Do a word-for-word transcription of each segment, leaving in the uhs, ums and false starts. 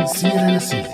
سيرة ياسين.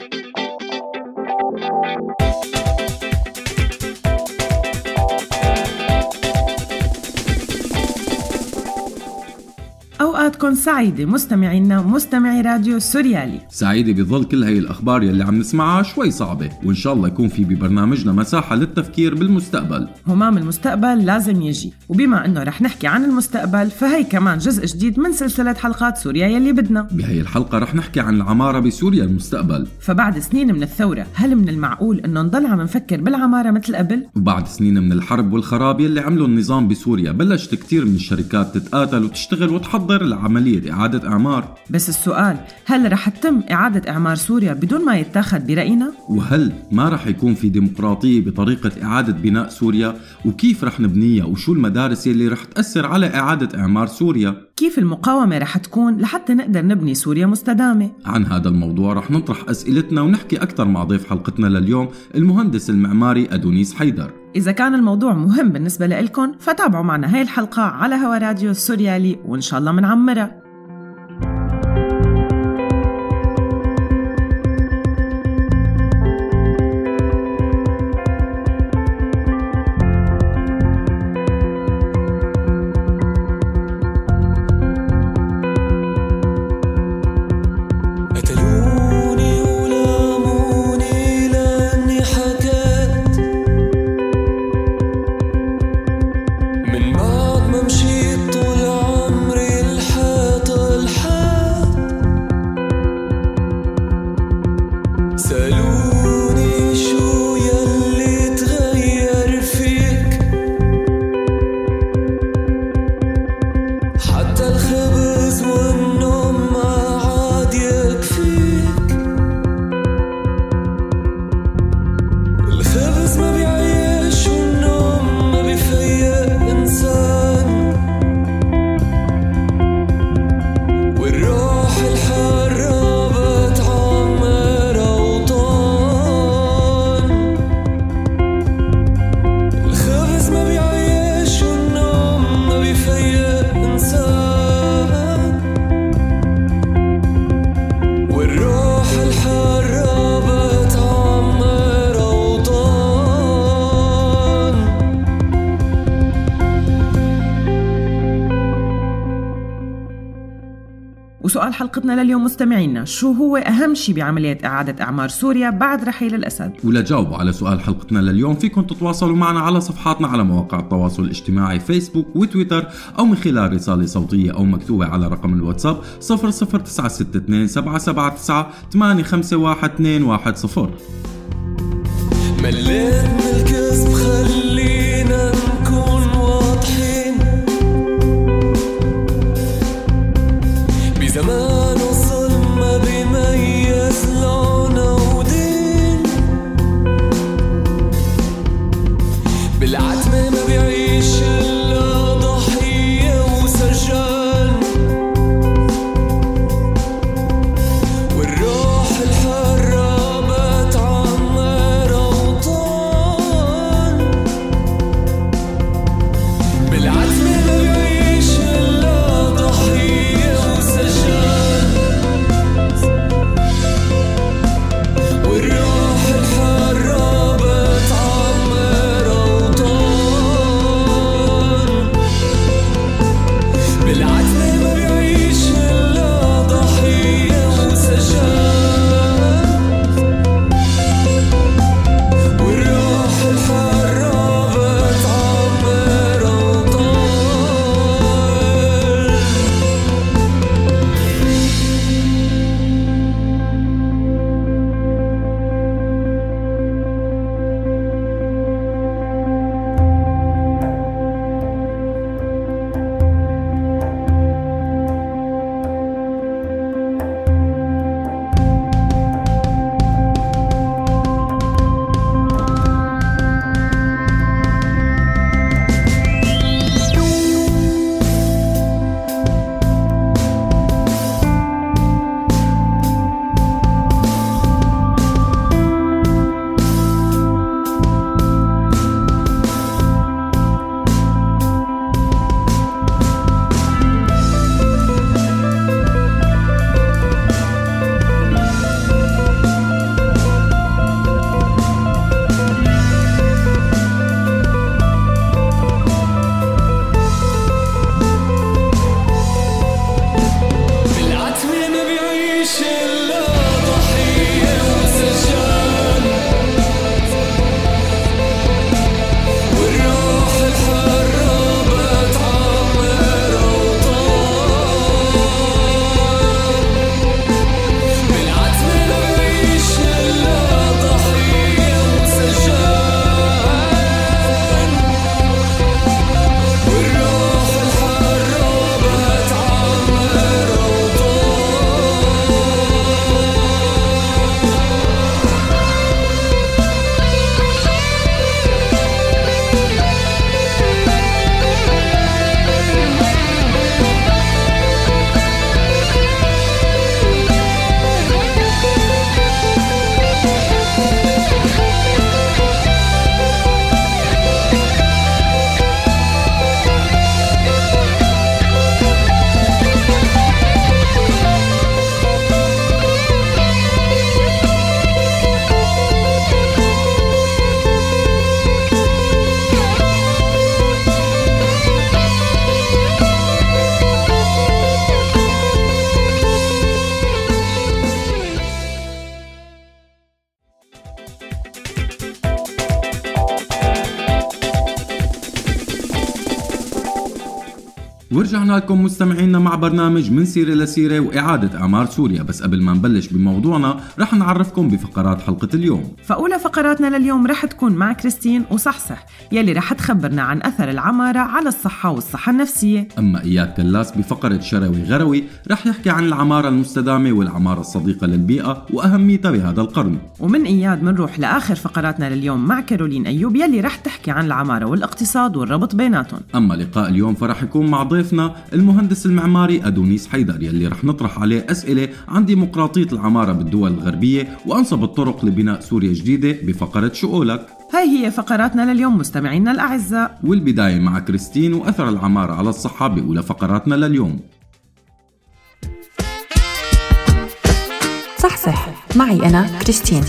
أوقاتكم سعيدة مستمعينا ومستمعي راديو سوريالي. سعيدة بظل كل هاي الأخبار يلي عم نسمعها شوي صعبة، وإن شاء الله يكون في ببرنامجنا مساحة للتفكير بالمستقبل. همام المستقبل لازم يجي، وبما أنه رح نحكي عن المستقبل فهي كمان جزء جديد من سلسلة حلقات سوريا يلي بدنا. بهاي الحلقة رح نحكي عن العمارة بسوريا المستقبل. فبعد سنين من الثورة هل من المعقول أنه نضل عم نفكر بالعمارة مثل قبل؟ وبعد سنين من الحرب والخراب يلي عملوا النظام بسوريا بلشت كتير من الشركات تتقاتل وتشتغل وتحضر لعملية إعادة إعمار. بس السؤال، هل رح تتم إعادة إعمار سوريا بدون ما يتاخد برأينا؟ وهل ما رح يكون في ديمقراطية بطريقة إعادة بناء سوريا؟ وكيف رح نبنيها؟ وشو المدارس يلي رح تأثر على إعادة إعمار سوريا؟ كيف المقاومة رح تكون لحتى نقدر نبني سوريا مستدامة؟ عن هذا الموضوع رح نطرح أسئلتنا ونحكي أكثر مع ضيف حلقتنا لليوم المهندس المعماري أدونيس حيدر. إذا كان الموضوع مهم بالنسبة لإلكم فتابعوا معنا هاي الحلقة على هوا راديو سوريالي وإن شاء الله منعمرها. وسؤال حلقتنا لليوم مستمعينا، شو هو أهم شيء بعملية إعادة إعمار سوريا بعد رحيل الأسد؟ ولجاوبوا على سؤال حلقتنا لليوم فيكم تتواصلوا معنا على صفحاتنا على مواقع التواصل الاجتماعي فيسبوك وتويتر، أو من خلال رسالة صوتية أو مكتوبة على رقم الواتساب صفر صفر تسعة ستة اثنين سبعة سبعة تسعة ثمانية خمسة واحد اثنين واحد صفر. مليت من الكذب خلينا نكون واضحين، بزمان وصل ما بيميز لون ودين، بالعتمة ما بيعيش إلا ضحية وسجان، والروح الحرة بتعمر أوطان، بالعتمة ما بيعيش إلا ضحية وسجان. ورجعنا لكم مستمعينا مع برنامج من سيرة لسيرة وإعادة أعمار سوريا. بس قبل ما نبلش بموضوعنا رح نعرفكم بفقرات حلقة اليوم. فأولى فقراتنا لليوم رح تكون مع كريستين وصحصح يلي رح تخبرنا عن أثر العمارة على الصحة والصحة النفسية. أما إياد كلاس بفقرة شروي غروي رح يحكي عن العمارة المستدامة والعمارة الصديقة للبيئة وأهميتها بهذا القرن. ومن إياد منروح لآخر فقراتنا لليوم مع كارولين أيوب يلي رح تحكي عن العمارة والاقتصاد والربط بيناتهم. أما لقاء اليوم فرح يكون مع ضيفنا المهندس المعماري أدونيس حيدر يلي رح نطرح عليه أسئلة عن ديمقراطية العمارة بالدول الغربية وأنسب الطرق لبناء سوريا جديدة بفقرة شؤولك. هاي هي فقراتنا لليوم مستمعينا الأعزاء، والبداية مع كريستين وأثر العمارة على الصحة بأولى فقراتنا لليوم. صحصح معي أنا كريستين.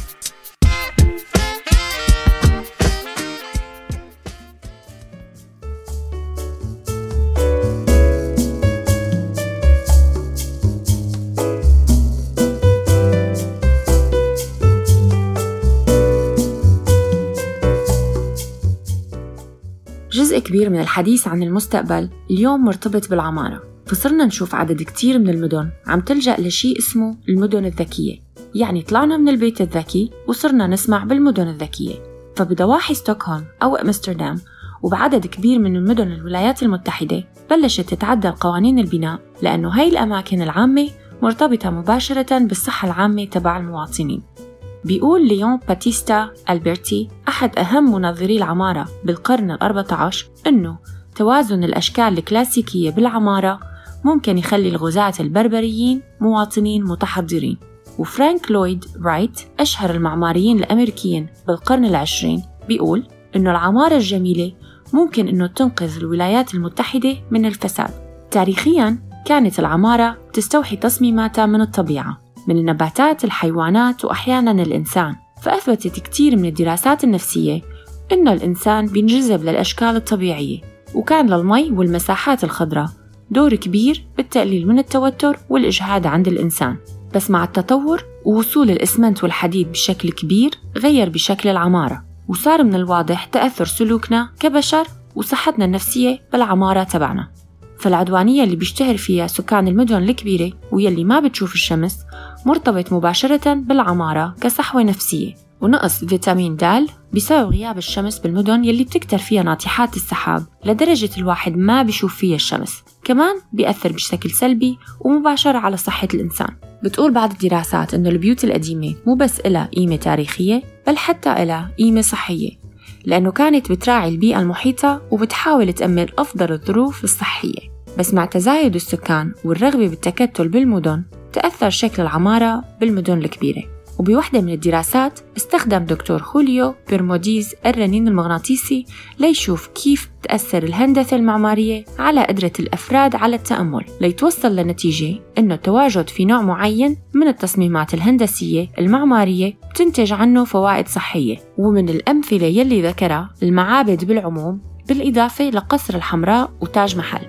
جزء كبير من الحديث عن المستقبل اليوم مرتبط بالعمارة، فصرنا نشوف عدد كتير من المدن عم تلجأ لشيء اسمه المدن الذكية. يعني طلعنا من البيت الذكي وصرنا نسمع بالمدن الذكية. فبضواحي ستوكهولم أو أمستردام وبعدد كبير من المدن الولايات المتحدة بلشت تتعدل قوانين البناء، لأنه هاي الأماكن العامة مرتبطة مباشرة بالصحة العامة تبع المواطنين. بيقول ليون باتيستا ألبرتي أحد أهم منظري العمارة بالقرن الأربعة عشر إنه توازن الأشكال الكلاسيكية بالعمارة ممكن يخلي الغزاة البربريين مواطنين متحضرين. وفرانك لويد رايت أشهر المعماريين الأمريكيين بالقرن العشرين بيقول إنه العمارة الجميلة ممكن إنه تنقذ الولايات المتحدة من الفساد. تاريخياً كانت العمارة تستوحي تصميماتها من الطبيعة، من النباتات، الحيوانات، وأحياناً الإنسان. فأثبتت كتير من الدراسات النفسية إنه الإنسان بينجذب للأشكال الطبيعية، وكان للمي والمساحات الخضراء دور كبير بالتقليل من التوتر والإجهاد عند الإنسان. بس مع التطور ووصول الإسمنت والحديد بشكل كبير غير بشكل العمارة، وصار من الواضح تأثر سلوكنا كبشر وصحتنا النفسية بالعمارة تبعنا. فالعدوانية اللي بيشتهر فيها سكان المدن الكبيرة ويلي ما بتشوف الشمس مرتبط مباشرة بالعمارة كصحوة نفسية. ونقص فيتامين د بسبب غياب الشمس بالمدن يلي بتكتر فيها ناطحات السحاب لدرجة الواحد ما بيشوف فيها الشمس، كمان بيأثر بشكل سلبي ومباشر على صحة الإنسان. بتقول بعض الدراسات إنه البيوت القديمة مو بس إلها قيمة تاريخية بل حتى إلها قيمة صحية، لأنه كانت بتراعي البيئة المحيطة وبتحاول تأمن أفضل الظروف الصحية. بس مع تزايد السكان والرغبة بالتكتل بالمدن تأثر شكل العمارة بالمدن الكبيرة. وبوحدة من الدراسات استخدم دكتور خوليو بيرموديز الرنين المغناطيسي ليشوف كيف تأثر الهندسة المعمارية على قدرة الأفراد على التأمل، ليتوصل لنتيجة إنه التواجد في نوع معين من التصميمات الهندسية المعمارية بتنتج عنه فوائد صحية. ومن الأمثلة يلي ذكرها المعابد بالعموم، بالإضافة لقصر الحمراء وتاج محل.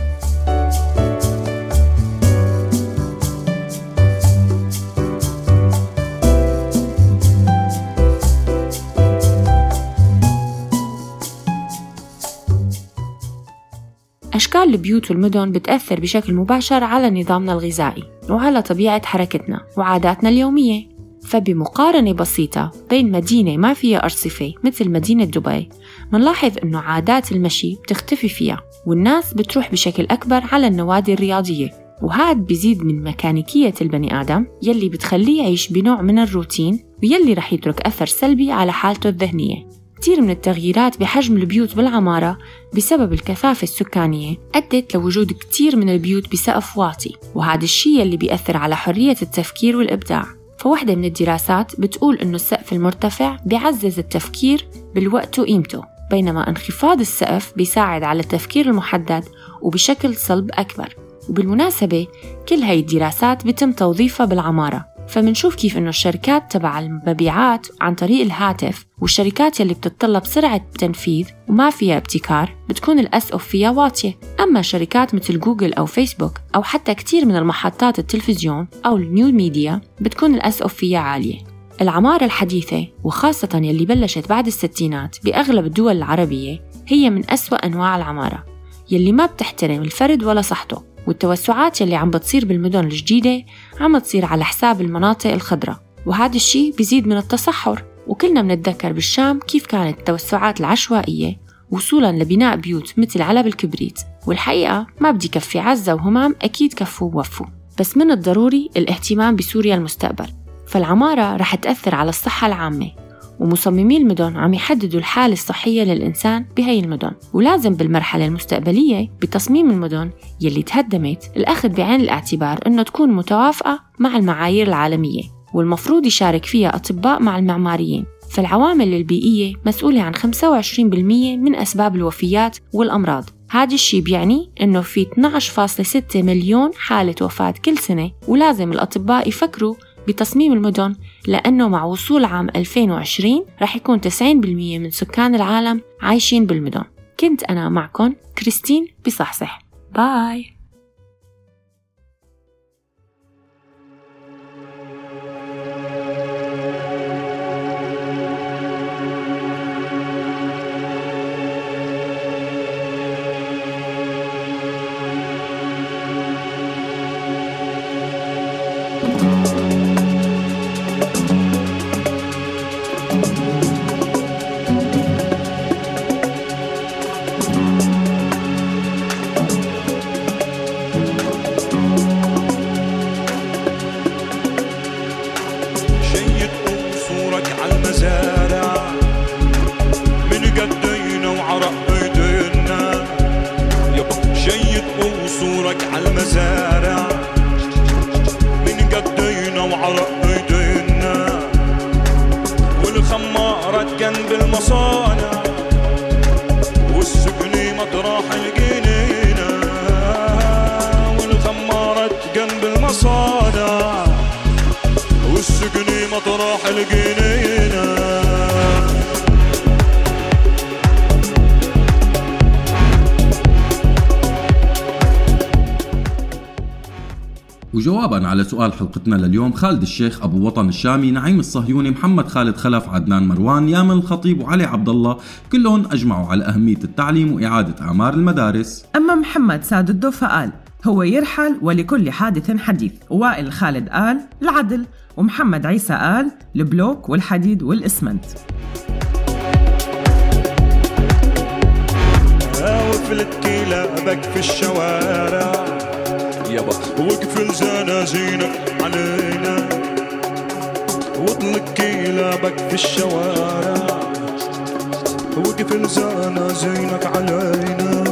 أشكال البيوت والمدن بتأثر بشكل مباشر على نظامنا الغذائي وعلى طبيعة حركتنا وعاداتنا اليومية. فبمقارنة بسيطة بين مدينة ما فيها أرصفة مثل مدينة دبي، منلاحظ أنه عادات المشي بتختفي فيها والناس بتروح بشكل أكبر على النوادي الرياضية، وهذا بيزيد من ميكانيكية البني آدم يلي بتخليه يعيش بنوع من الروتين ويلي رح يترك أثر سلبي على حالته الذهنية. كتير من التغييرات بحجم البيوت بالعمارة بسبب الكثافة السكانية أدت لوجود كتير من البيوت بسقف واطي، وهذا الشيء اللي بيأثر على حرية التفكير والإبداع. فواحدة من الدراسات بتقول إنه السقف المرتفع بيعزز التفكير بالوقت وقيمته، بينما انخفاض السقف بيساعد على التفكير المحدد وبشكل صلب أكبر. وبالمناسبة كل هاي الدراسات بتم توظيفها بالعمارة. فمنشوف كيف إنه الشركات تبع المبيعات عن طريق الهاتف والشركات يلي بتتطلب سرعة تنفيذ وما فيها ابتكار بتكون الأسقف فيها واطية. أما شركات مثل جوجل أو فيسبوك أو حتى كتير من المحطات التلفزيون أو النيو ميديا بتكون الأسقف فيها عالية. العمارة الحديثة وخاصة يلي بلشت بعد الستينات بأغلب الدول العربية هي من أسوأ أنواع العمارة، يلي ما بتحترم الفرد ولا صحته، والتوسعات يلي عم بتصير بالمدن الجديدة عم تصير على حساب المناطق الخضراء، وهذا الشيء بيزيد من التصحر. وكلنا منتذكر بالشام كيف كانت التوسعات العشوائية وصولاً لبناء بيوت مثل علب الكبريت، والحقيقة ما بدي كفي عزة وهمام أكيد كفوا ووفوا. بس من الضروري الاهتمام بسوريا المستقبل، فالعمارة رح تأثر على الصحة العامة، ومصممي المدن عم يحددوا الحالة الصحية للإنسان بهاي المدن. ولازم بالمرحلة المستقبلية بتصميم المدن يلي تهدمت الأخذ بعين الاعتبار أنه تكون متوافقة مع المعايير العالمية، والمفروض يشارك فيها أطباء مع المعماريين. فالعوامل البيئية مسؤولة عن خمسة وعشرين بالمية من أسباب الوفيات والأمراض. هذا الشيء بيعني أنه في اثني عشر فاصلة ستة مليون حالة وفاة كل سنة، ولازم الأطباء يفكروا بتصميم المدن، لأنه مع وصول عام ألفين وعشرين رح يكون تسعين بالمية من سكان العالم عايشين بالمدن. كنت أنا معكم كريستين بصحصح. باي. وجواباً على سؤال حلقتنا لليوم، خالد الشيخ أبو وطن الشامي، نعيم الصهيوني، محمد خالد خلف، عدنان مروان، يامن الخطيب، وعلي عبد الله، كلهم أجمعوا على أهمية التعليم وإعادة أعمار المدارس. أما محمد ساد الدوفة قال هو يرحل ولكل حادث حديث، ووائل خالد قال العدل، ومحمد عيسى قال البلوك والحديد والإسمنت. وفلت كلابك في الشوارع يابا، وقفل زنازينك علينا، واطلق كلابك في الشوارع، وقفل زنازينك علينا.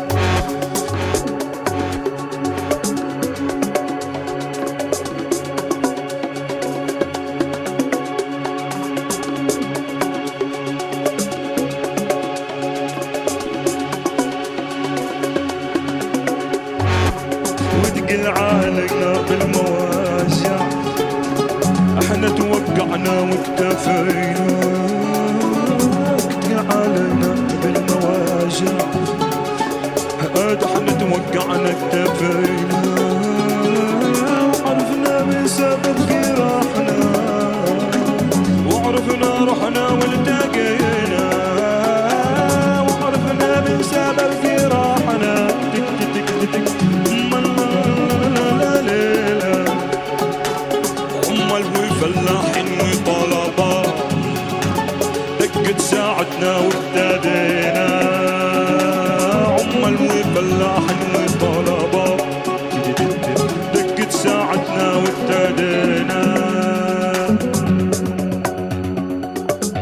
علينا بالمواجع، احنا توقعنا واكتفينا. وقتل علينا بالمواجع، احنا توقعنا اكتفينا. وعرفنا من سبب جراحنا، وعرفنا رحنا والتقينا. وعرفنا من سبب جراحنا، تك تك تك تك فلاحين وطلبة، دقت ساعتنا وابتدينا. عمال وفلاحين وطلبة، دقت ساعتنا وابتدينا.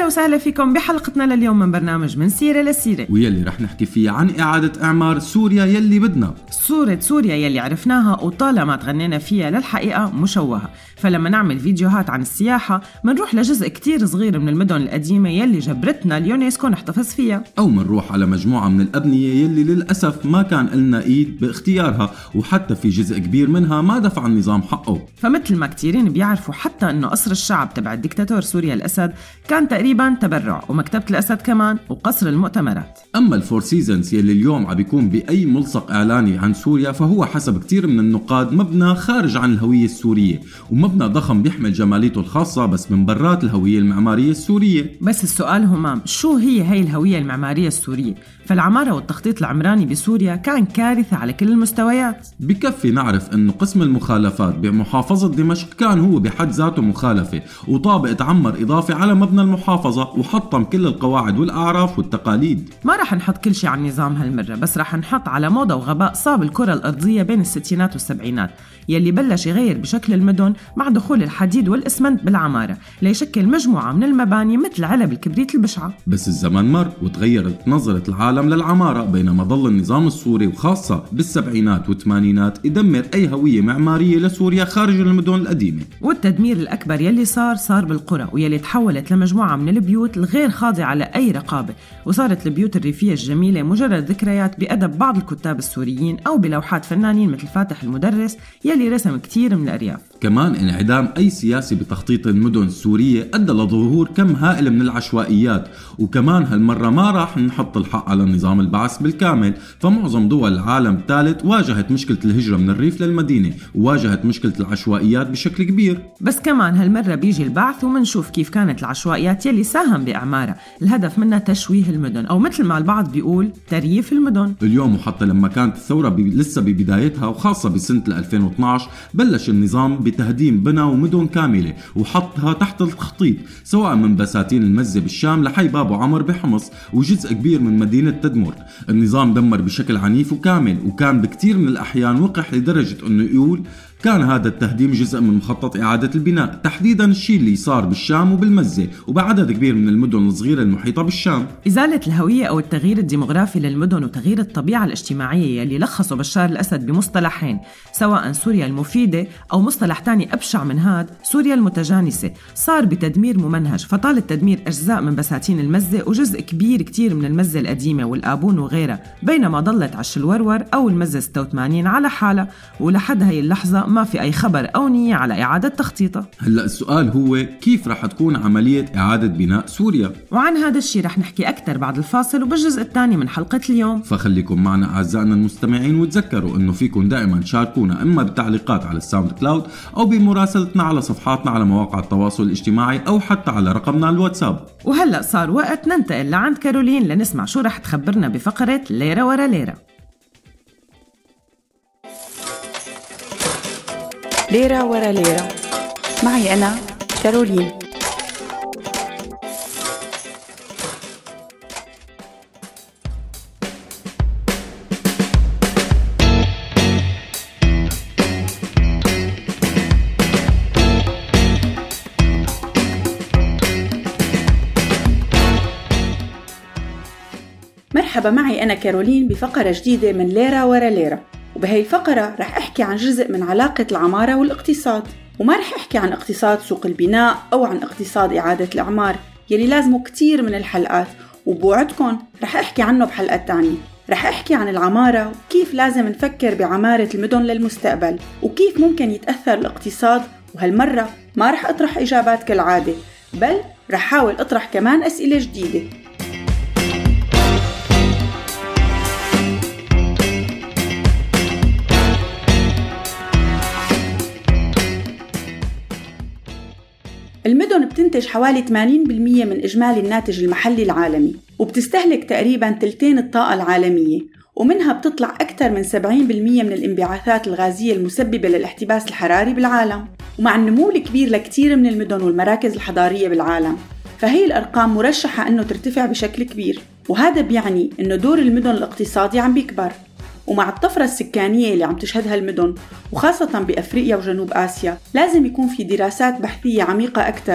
أهلا وسهلا فيكم بحلقتنا لليوم من برنامج من سيرة لسيرة، ويلي رح نحكي فيه عن إعادة إعمار سوريا يلي بدنا. صورة سوريا يلي عرفناها وطالما تغنينا فيها للحقيقة مشوهة. فلما نعمل فيديوهات عن السياحة منروح لجزء كتير صغير من المدن القديمة يلي جبرتنا اليونسكو نحتفظ فيها، أو منروح على مجموعة من الأبنية يلي للأسف ما كان لنا إيد باختيارها، وحتى في جزء كبير منها ما دفع النظام حقه. فمثل ما كتيرين بيعرفوا حتى أنه قصر الشعب تبع الدكتاتور سوريا الأسد كان تقريباً تبرع، ومكتبة الأسد كمان، وقصر المؤتمرات. أما الفور سيزنز يلي اليوم عم بيكون بأي ملصق إعلاني عن سوريا فهو حسب كتير من النقاد مبنى خارج عن الهوية السورية، ومبنى ضخم بيحمل جماليته الخاصة بس من برات الهوية المعمارية السورية. بس السؤال همام، شو هي هاي الهوية المعمارية السورية؟ فالعمارة والتخطيط العمراني بسوريا كان كارثة على كل المستويات. بكفي نعرف أنه قسم المخالفات بمحافظة دمشق كان هو بحد ذاته مخالفة، وطابق تعمر إضافي على مبنى المحافظة وحطم كل القواعد والأعراف والتقاليد. ما رح نحط كل شيء على النظام هالمرة، بس رح نحط على موضة وغباء صاب الكرة الأرضية بين الستينات والسبعينات يلي بلش يغير بشكل المدن مع دخول الحديد والإسمنت بالعمارة ليشكل مجموعة من المباني مثل علب الكبريت البشعة. بس الزمن مر وتغيرت نظرة العالم للعمارة، بينما ظل النظام السوري وخاصة بالسبعينات والثمانينات يدمر أي هوية معمارية لسوريا خارج المدن القديمة. والتدمير الأكبر يلي صار صار بالقرى، ويلي تحولت لمجموعة من البيوت الغير خاضعة لأي رقابة، وصارت البيوت الريفية الجميلة مجرد ذكريات بأدب بعض الكتاب السوريين أو بلوحات فنانين مثل فاتح المدرس يلي رسم كتير من الأرياف. كمان انعدام أي سياسي بتخطيط المدن السورية أدى لظهور كم هائل من العشوائيات، وكمان هالمرة ما راح نحط الحق على نظام البعث بالكامل، فمعظم دول العالم الثالث واجهت مشكلة الهجرة من الريف للمدينة، وواجهت مشكلة العشوائيات بشكل كبير. بس كمان هالمرة بيجي البعث ومنشوف كيف كانت العشوائيات يلي ساهم بإعمارها الهدف منها تشويه المدن، أو مثل ما البعض بيقول ترييف المدن. اليوم وحتى لما كانت الثورة بي لسه ببدايتها وخاصة بسنة ألفين واثني عشر بلش النظام بتهديم بنى ومدن كاملة وحطها تحت التخطيط، سواء من بساتين المزة بالشام لحي بابو عمر بحمص وجزء كبير من مدينة تدمر. النظام دمر بشكل عنيف وكامل، وكان بكتير من الأحيان وقح لدرجة أنه يقول كان هذا التهديم جزء من مخطط إعادة البناء، تحديداً الشيء اللي صار بالشام وبالمزة وبعدد كبير من المدن الصغيرة المحيطة بالشام. إزالة الهوية أو التغيير الديموغرافي للمدن وتغيير الطبيعة الاجتماعية يلي لخصوا بشار الأسد بمصطلحين، سواء سوريا المفيدة أو مصطلح تاني أبشع من هاد سوريا المتجانسة، صار بتدمير ممنهج. فطال التدمير أجزاء من بساتين المزة وجزء كبير كتير من المزة القديمة والآبون وغيرها، بينما ضلت عش الورور أو المزة ستة وثمانين على حالة، ولحد هاي اللحظة ما في أي خبر أو نية على إعادة تخطيطها. هلأ السؤال هو كيف رح تكون عملية إعادة بناء سوريا؟ وعن هذا الشيء رح نحكي أكثر بعد الفاصل وبالجزء الثاني من حلقة اليوم، فخليكم معنا أعزائنا المستمعين، وتذكروا أنه فيكم دائما تشاركونا إما بالتعليقات على الساوند كلاود أو بمراسلتنا على صفحاتنا على مواقع التواصل الاجتماعي أو حتى على رقمنا الواتساب. وهلأ صار وقت ننتقل لعند كارولين لنسمع شو رح تخبرنا بفقرة ليرة ورا ليرة. ليرة ورا ليرة معي أنا كارولين. مرحبا، معي أنا كارولين بفقرة جديدة من ليرة ورا ليرة. وبهي الفقرة رح أحكي عن جزء من علاقة العمارة والاقتصاد، وما رح أحكي عن اقتصاد سوق البناء أو عن اقتصاد إعادة الإعمار يلي لازمه كتير من الحلقات، وبوعدكم رح أحكي عنه بحلقة تانية. رح أحكي عن العمارة وكيف لازم نفكر بعمارة المدن للمستقبل، وكيف ممكن يتأثر الاقتصاد. وهالمرة ما رح أطرح إجابات كالعادة، بل رح حاول أطرح كمان أسئلة جديدة. المدن بتنتج حوالي ثمانين بالمئة من إجمالي الناتج المحلي العالمي، وبتستهلك تقريباً تلتين الطاقة العالمية، ومنها بتطلع أكثر من سبعين بالمئة من الانبعاثات الغازية المسببة للاحتباس الحراري بالعالم. ومع النمو الكبير لكتير من المدن والمراكز الحضارية بالعالم، فهي الأرقام مرشحة أنه ترتفع بشكل كبير، وهذا بيعني أنه دور المدن الاقتصادي عم بيكبر. ومع الطفرة السكانية اللي عم تشهدها المدن وخاصة بأفريقيا وجنوب آسيا، لازم يكون في دراسات بحثية عميقة أكثر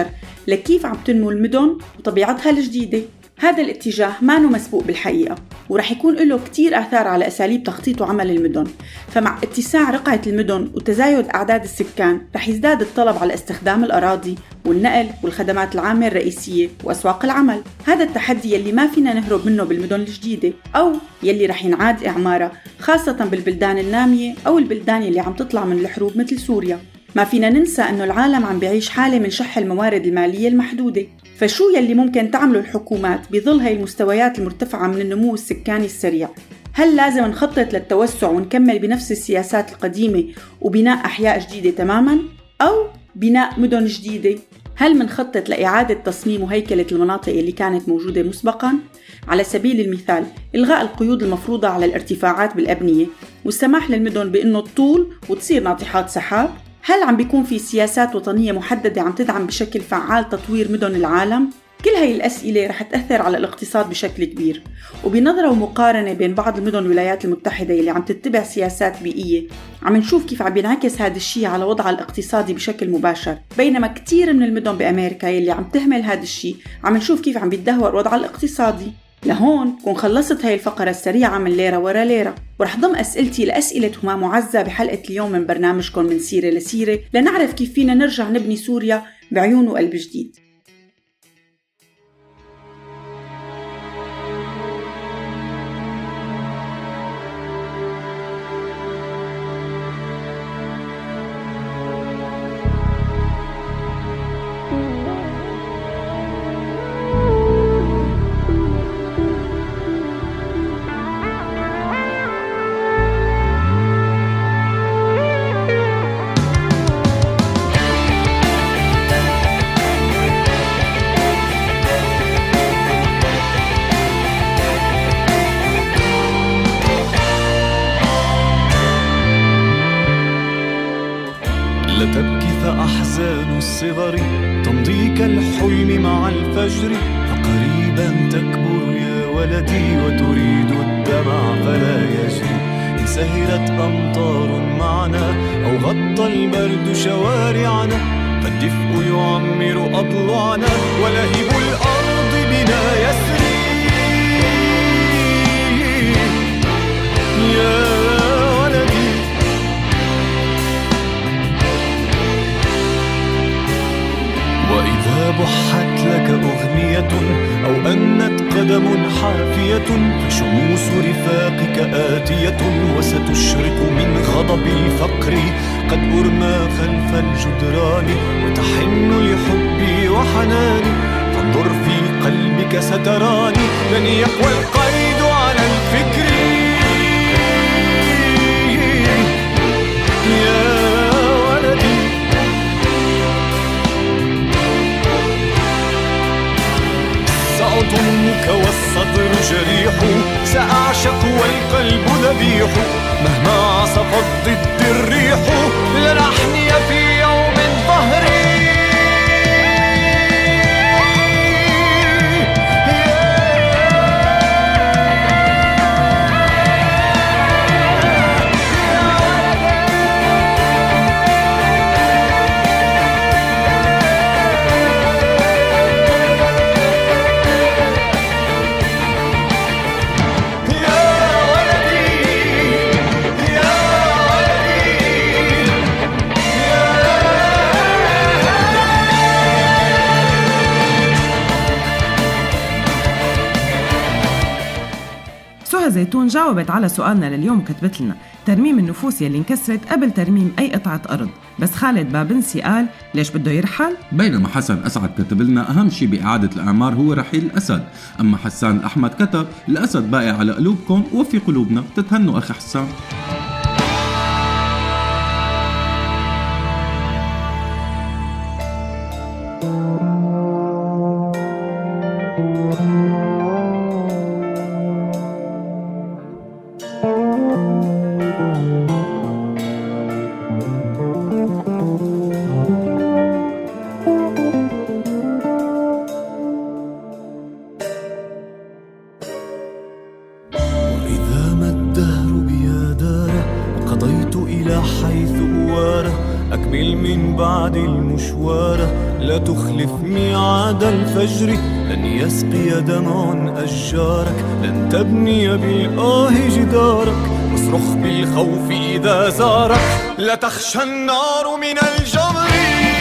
لكيف عم تنمو المدن وطبيعتها الجديدة. هذا الاتجاه ما نو مسبوق بالحقيقة، ورح يكون له كتير آثار على أساليب تخطيط وعمل المدن. فمع اتساع رقعة المدن وتزايد أعداد السكان رح يزداد الطلب على استخدام الأراضي والنقل والخدمات العامة الرئيسية وأسواق العمل. هذا التحدي يلي ما فينا نهرب منه بالمدن الجديدة، أو يلي رح ينعاد إعمارها، خاصة بالبلدان النامية أو البلدان يلي عم تطلع من الحروب مثل سوريا. ما فينا ننسى أنه العالم عم بيعيش حالة من شح الموارد المالية المحدودة. فشو يلي ممكن تعمله الحكومات بظل هاي المستويات المرتفعة من النمو السكاني السريع؟ هل لازم نخطط للتوسع ونكمل بنفس السياسات القديمة وبناء أحياء جديدة تماماً؟ أو بناء مدن جديدة؟ هل منخطط لإعادة تصميم وهيكلة المناطق اللي كانت موجودة مسبقاً؟ على سبيل المثال إلغاء القيود المفروضة على الارتفاعات بالأبنية والسماح للمدن بأنه تطول وتصير ناطحات سحاب؟ هل عم بيكون في سياسات وطنية محددة عم تدعم بشكل فعال تطوير مدن العالم؟ كل هاي الأسئلة رح تأثر على الاقتصاد بشكل كبير. وبنظرة ومقارنة بين بعض المدن الولايات المتحدة اللي عم تتبع سياسات بيئية، عم نشوف كيف عم بينعكس هذا الشيء على وضعها الاقتصادي بشكل مباشر، بينما كتير من المدن بأمريكا اللي عم تهمل هذا الشيء عم نشوف كيف عم بيتدهور وضعها الاقتصادي. لهون كون خلصت هاي الفقرة السريعة من ليرة ورا ليرة، ورح ضم أسئلتي لأسئلة همام معزة بحلقة اليوم من برنامجكم من سيرة لسيرة، لنعرف كيف فينا نرجع نبني سوريا بعيون وقلب جديد. تبكي فأحزان الصغر تمضي كالحلم مع الفجر، فقريبا تكبر يا ولدي وتريد الدمع فلا يجري. إن سهرت أمطار معنا أو غطى البرد شوارعنا، فالدفء يعمر أضلاعنا ولهب الأرض بنا يسري. يا وإذا بحت لك أغنية أو أنت قدم حافية، فشموس رفاقك آتية وستشرق من غضب الفقر. قد أرمى خلف الجدران وتحن لحبي وحناني، فانظر في قلبك ستراني لن يقوى القيد على الفكر. يا سأضمك والصدر جريح، سأعشق والقلب ذبيح، مهما عصفت ضد الريح لن أحني في يوم ظهري. زيتون جاوبت على سؤالنا لليوم وكتبت لنا ترميم النفوس يلي انكسرت قبل ترميم أي قطعة أرض. بس خالد بابنسي قال ليش بده يرحل؟ بينما حسن أسعد كتب لنا أهم شيء بإعادة الأعمار هو رحيل الأسد. أما حسان الأحمد كتب الأسد باقي على قلوبكم وفي قلوبنا. تتهنوا أخي حسان. لا تخلف ميعاد الفجر، لن يسقي دمع أشجارك، لن تبني بالآه جدارك، واصرخ بالخوف إذا زارك، لا تخشى النار من الجمر.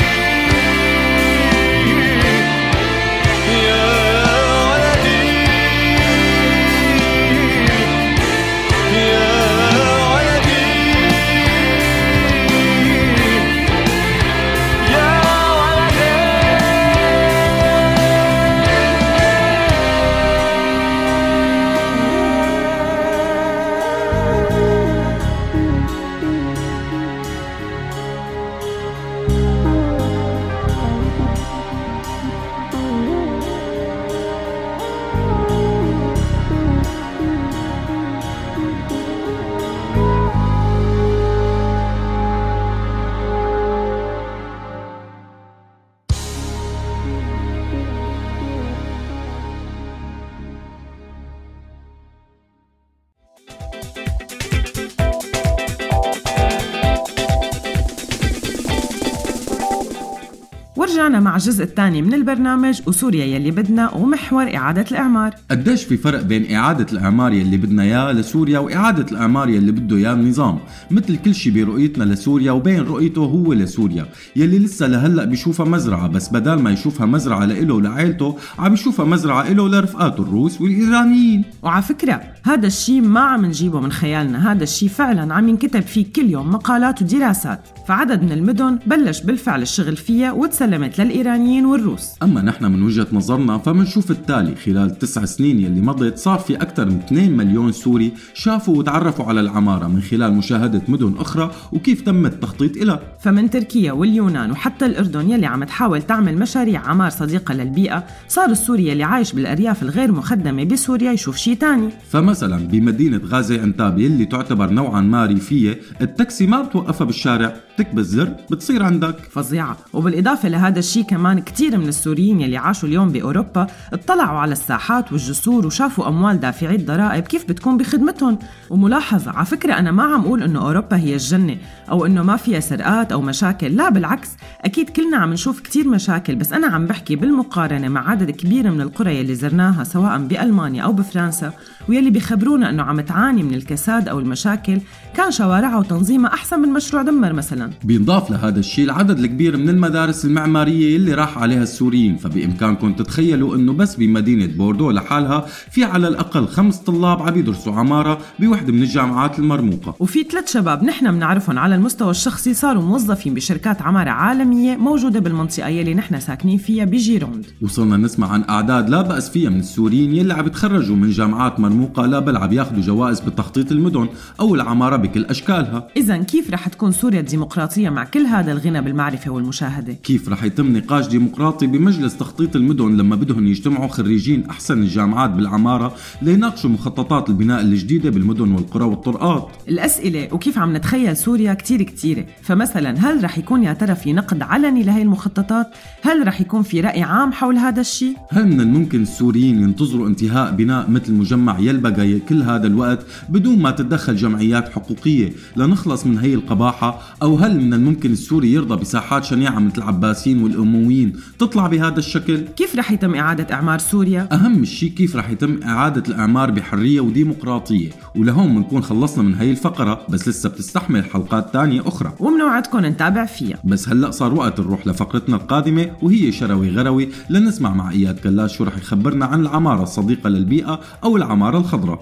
ورجعنا مع الجزء الثاني من البرنامج وسوريا يلي بدنا ومحور إعادة الإعمار. قديش في فرق بين إعادة الإعمار يلي بدنا إياه لسوريا وإعادة الإعمار يلي بده إياه النظام، مثل كل شي برؤيتنا لسوريا وبين رؤيته هو لسوريا يلي لسه لهلأ بيشوفها مزرعة، بس بدل ما يشوفها مزرعة لإله ولعائلته عم يشوفها مزرعة إله لرفقاته الروس والإيرانيين. وعلى فكرة هذا الشي ما عم نجيبه من خيالنا، هذا الشي فعلا عم ينكتب فيه كل يوم مقالات ودراسات، فعدد من المدن بلش بالفعل الشغل فيها وتسلمت للإيرانيين والروس. أما نحن من وجهة نظرنا فمنشوف التالي: خلال التسع سنين يلي مضت صار في أكثر من اثنين مليون سوري شافوا وتعرفوا على العمارة من خلال مشاهدة مدن أخرى وكيف تم التخطيط إلها. فمن تركيا واليونان وحتى الأردن يلي عم تحاول تعمل مشاريع عمار صديقة للبيئة، صار السوري يلي عايش بالأرياف الغير مخدمة بسوريا يشوف شي تاني. فمثلا بمدينة غازي عنتاب يلي تعتبر نوعا ما ريفية، التاكسي ما بتوقفها بالشارع، تكبس زر بتصير عندك. فظيعة. وبالإضافة لهذا الشيء كمان كتير من السوريين يلي عاشوا اليوم بأوروبا اطلعوا على الساحات والجسور وشافوا أموال دافعي الضرائب كيف بتكون بخدمتهم. وملاحظة على فكرة، أنا ما عم أقول إنه أوروبا هي الجنة أو إنه ما فيها سرقات أو مشاكل، لا بالعكس، أكيد كلنا عم نشوف كتير مشاكل، بس أنا عم بحكي بالمقارنة مع عدد كبير من القرى يلي زرناها سواء بألمانيا أو بفرنسا ويلي بيخبرونا إنه عم تعاني من الكساد أو المشاكل، كان شوارعها وتنظيمها أحسن من مشروع دمر مثلا. بينضاف لهذا الشيء العدد الكبير من المدارس المعمارية اللي راح عليها السوريين، فبإمكانكم تتخيلوا إنه بس بمدينة بوردو لحالها في على الأقل خمس طلاب عم يدرسوا عمارة بوحدة من الجامعات المرموقة. وفي ثلاث شباب نحن بنعرفهم على المستوى الشخصي صاروا موظفين بشركات عمارة عالمية موجودة بالمنطقة يلي نحن ساكنين فيها بجيروند. وصلنا نسمع عن أعداد لا بأس فيها من السوريين يلي عم يتخرجوا من جامعات مرموقة، لا بل عم ياخذوا جوائز بتخطيط المدن أو العمارة بكل أشكالها. إذا كيف رح تكون سوريا الديمقراطية مع كل هذا الغنى بالمعرفة والمشاهدة؟ كيف رح يتم نقاش ديمقراطي بمجلس تخطيط المدن لما بدهم يجتمعوا خريجين أحسن الجامعات بالعمارة ليناقشوا مخططات البناء الجديدة بالمدن والقرى والطرقات؟ الأسئلة وكيف عم نتخيل سوريا كتير كتيرة. فمثلا هل رح يكون يا ترى في نقد علني لهي المخططات؟ هل رح يكون في رأي عام حول هذا الشيء؟ هل من الممكن السوريين ينتظروا انتهاء بناء مثل مجمع يلبقى كل هذا الوقت بدون ما تتدخل جمعيات حقوقية لنخلص من هي القباحة؟ أو هل من الممكن السوري يرضى بساحات شنيعة مثل العباسيين والأمويين تطلع بهذا الشكل؟ كيف رح يتم إعادة إعمار سوريا؟ أهم الشيء كيف رح يتم إعادة الإعمار بحرية وديمقراطية. ولهون بنكون خلصنا من هي الفقرة، بس لسه بتستحمل حلقات تانية أخرى ومنوعدكم نتابع فيها. بس هلأ صار وقت نروح لفقرتنا القادمة وهي شروي غروي، لنسمع مع إياد كلاش شو رح يخبرنا عن العمارة الصديقة للبيئة أو العمارة الخضراء.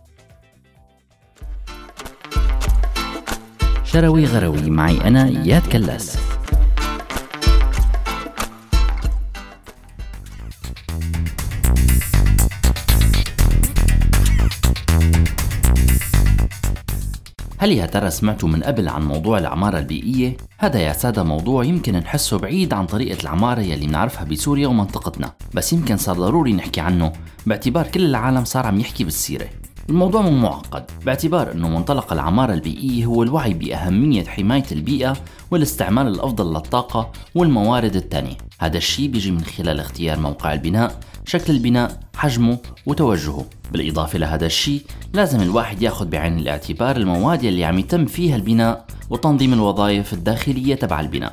شروي غروي معي أنا إياد كلاس. هل يا ترى سمعتوا من قبل عن موضوع العمارة البيئية؟ هذا يا سادة موضوع يمكن نحسه بعيد عن طريقة العمارة يلي بنعرفها بسوريا ومنطقتنا، بس يمكن صار ضروري نحكي عنه باعتبار كل العالم صار عم يحكي بالسيرة. الموضوع مو معقد، باعتبار أنه منطلق العمارة البيئية هو الوعي بأهمية حماية البيئة والاستعمال الأفضل للطاقة والموارد التانية. هذا الشيء بيجي من خلال اختيار موقع البناء، شكل البناء، حجمه وتوجهه. بالإضافة لهذا الشيء لازم الواحد ياخد بعين الاعتبار المواد اللي عم يتم فيها البناء وتنظيم الوظائف الداخلية تبع البناء.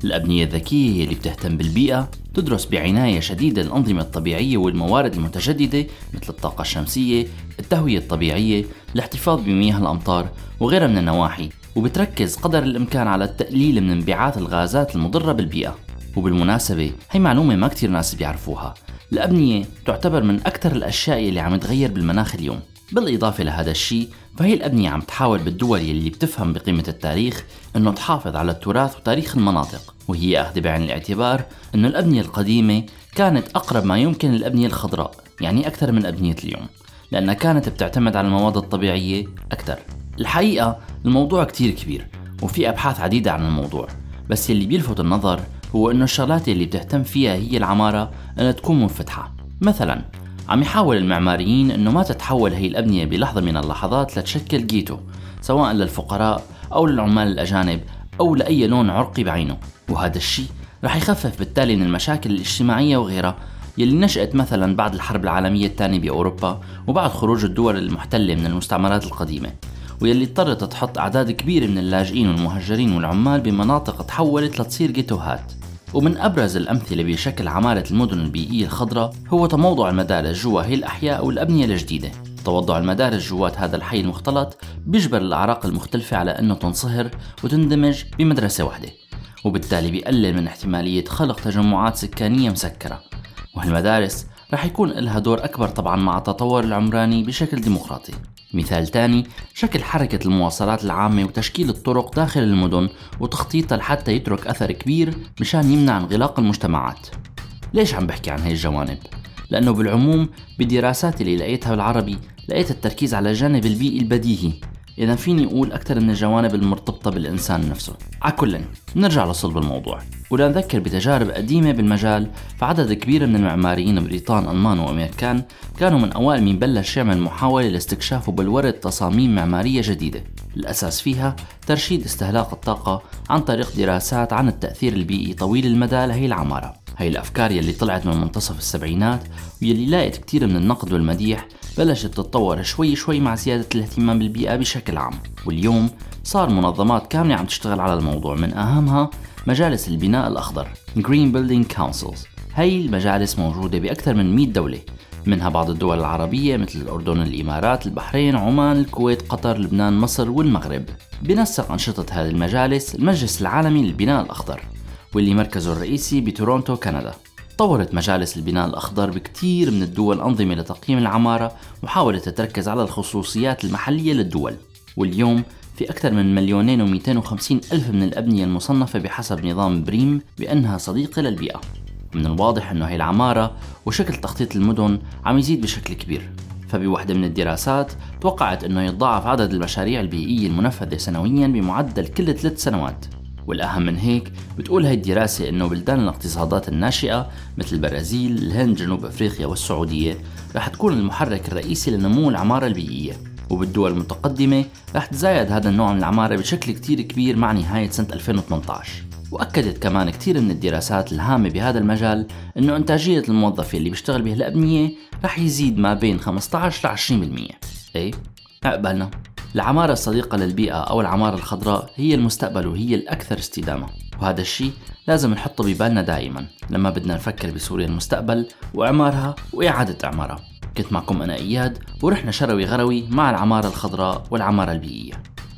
الأبنية الذكية هي اللي بتهتم بالبيئة، تدرس بعناية شديدة الأنظمة الطبيعية والموارد المتجددة مثل الطاقة الشمسية، التهوية الطبيعية، الاحتفاظ بمياه الأمطار وغيرها من النواحي، وبتركز قدر الإمكان على التقليل من انبعاث الغازات المضرة بالبيئة. وبالمناسبة هي معلومة ما كتير ناس بيعرفوها، الأبنية تعتبر من أكثر الأشياء اللي عم تغير بالمناخ اليوم. بالإضافة لهذا الشيء فهي الأبنية عم تحاول بالدول اللي بتفهم بقيمة التاريخ أنه تحافظ على التراث وتاريخ المناطق، وهي أخذ بعين الاعتبار أنه الأبنية القديمة كانت أقرب ما يمكن للأبنية الخضراء، يعني أكثر من أبنية اليوم، لأنها كانت بتعتمد على المواد الطبيعية أكثر. الحقيقة الموضوع كتير كبير وفي أبحاث عديدة عن الموضوع، بس اللي بيلفت النظر هو أنه الشغلات اللي بتهتم فيها هي العمارة أنها تكون منفتحة. مثلا عم يحاول المعماريين أنه ما تتحول هي الأبنية بلحظة من اللحظات لتشكل جيتو سواء للفقراء أو للعمال الأجانب أو لأي لون عرقي بعينه، وهذا الشيء رح يخفف بالتالي من المشاكل الاجتماعية وغيرها يلي نشأت مثلا بعد الحرب العالمية الثانية بأوروبا وبعد خروج الدول المحتلة من المستعمرات القديمة، ويلي اضطرت تحط أعداد كبيرة من اللاجئين والمهجرين والعمال بمناطق تحولت لتصير جيتوهات. ومن أبرز الأمثلة بشكل عمارة المدن البيئية الخضراء هو تموضع المدارس جوا هي الأحياء والأبنية الجديدة. توضع المدارس جوات هذا الحي المختلط بيجبر الأعراق المختلفة على أنه تنصهر وتندمج بمدرسة واحدة، وبالتالي بيقلل من احتمالية خلق تجمعات سكانية مسكرة. وهالمدارس رح يكون لها دور أكبر طبعا مع التطور العمراني بشكل ديمقراطي. مثال تاني شكل حركة المواصلات العامة وتشكيل الطرق داخل المدن وتخطيطها لحتى يترك أثر كبير مشان يمنع انغلاق المجتمعات. ليش عم بحكي عن هاي الجوانب؟ لأنه بالعموم بدراسات اللي لقيتها بالعربي لقيت التركيز على الجانب البيئي البديهي، إذا فيني أقول أكثر من الجوانب المرتبطة بالإنسان نفسه. عكلاً نرجع لصلب الموضوع ولنذكر بتجارب قديمة بالمجال، فعدد كبير من المعماريين بريطان ألمان وأمريكان كانوا من أوائل من بلش يعمل محاولة لاستكشاف وبلورة تصاميم معمارية جديدة الأساس فيها ترشيد استهلاك الطاقة عن طريق دراسات عن التأثير البيئي طويل المدى لهي العمارة. هاي الأفكار يلي طلعت من منتصف السبعينات ويلي لاقت كتير من النقد والمديح بلشت تتطور شوي شوي مع زيادة الاهتمام بالبيئة بشكل عام، واليوم صار منظمات كاملة عم تشتغل على الموضوع، من أهمها مجالس البناء الأخضر Green Building Councils. هاي المجالس موجودة بأكثر من مئة دولة، منها بعض الدول العربية مثل الأردن، الإمارات، البحرين، عمان، الكويت، قطر، لبنان، مصر والمغرب. بنسق أنشطة هذه المجالس المجلس العالمي للبناء الأخضر واللي مركزه الرئيسي بتورونتو كندا. طورت مجالس البناء الأخضر بكتير من الدول أنظمة لتقييم العمارة وحاولت تركز على الخصوصيات المحلية للدول، واليوم في أكثر من مليونين ومئتين وخمسين ألف من الأبنية المصنفة بحسب نظام بريم بأنها صديقة للبيئة. من الواضح أنه هي العمارة وشكل تخطيط المدن عم يزيد بشكل كبير، فبواحدة من الدراسات توقعت أنه يتضاعف عدد المشاريع البيئية المنفذة سنويا بمعدل كل ثلاث سنوات. والأهم من هيك بتقول هاي الدراسة أنه بلدان الاقتصادات الناشئة مثل البرازيل، الهند، جنوب أفريقيا والسعودية رح تكون المحرك الرئيسي لنمو العمارة البيئية، وبالدول المتقدمة رح تزايد هذا النوع من العمارة بشكل كتير كبير مع نهاية سنة ألفين وثمانية عشر. وأكدت كمان كتير من الدراسات الهامة بهذا المجال أنه إنتاجية الموظف اللي بيشتغل به الأبنية رح يزيد ما بين خمسة عشر إلى عشرين بالمئة. إيه؟ أقبلنا العمارة الصديقة للبيئة أو العمارة الخضراء هي المستقبل وهي الأكثر استدامة، وهذا الشيء لازم نحطه ببالنا دائما لما بدنا نفكر بسوريا المستقبل وإعمارها وإعادة إعمارها. كنت معكم أنا إياد ورحنا شروي غروي مع العمارة الخضراء والعمارة البيئية.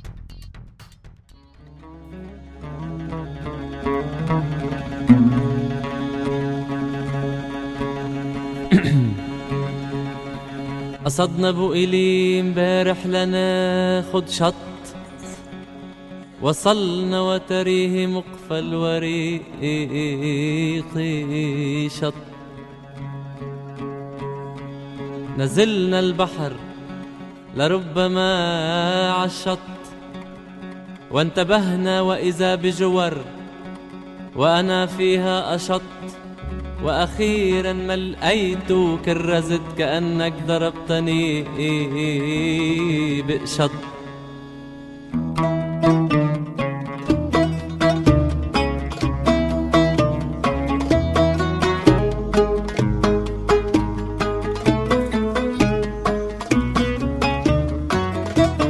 قصدنا ابو إلي مبارح لناخد شط، وصلنا وتريه مقفل وريقي شط، نزلنا البحر لربما عالشط، وانتبهنا وإذا بجور وأنا فيها أشط، وأخيرا ما لقيته كرزت كأنك ضربتني بقشط.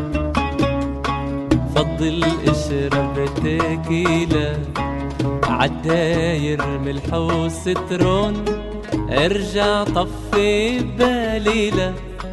فضل اشرب تكيلة يرمي الحوس سترون ارجع طفي ببالي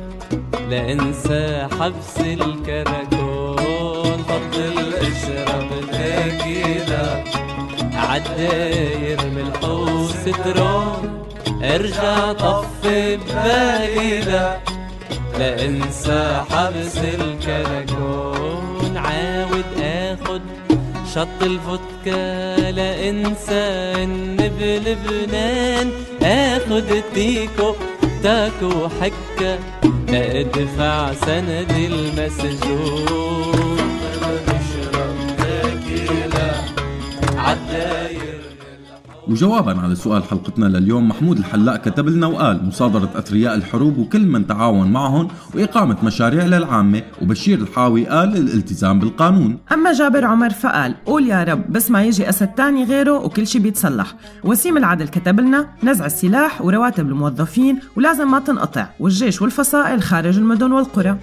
لانسى حبس الكراكون فضل اشرب تكيلا عالداير من الحوس سترون ارجع طفي ببالي لانسى حبس الكراكون عاود اخد شط الفودكا لانسى ان بلبنان اخد تيكو تاكو حكة لادفع سند المسجون اشرب تكيلا عالداير. وجوابا على سؤال حلقتنا لليوم محمود الحلاق كتب لنا وقال مصادرة أثرياء الحروب وكل من تعاون معهم وإقامة مشاريع للعامة. وبشير الحاوي قال الالتزام بالقانون. أما جابر عمر فقال قول يا رب بس ما يجي أسد تاني غيره وكل شي بيتصلح. وسيم العدل كتب لنا نزع السلاح ورواتب الموظفين ولازم ما تنقطع والجيش والفصائل خارج المدن والقرى.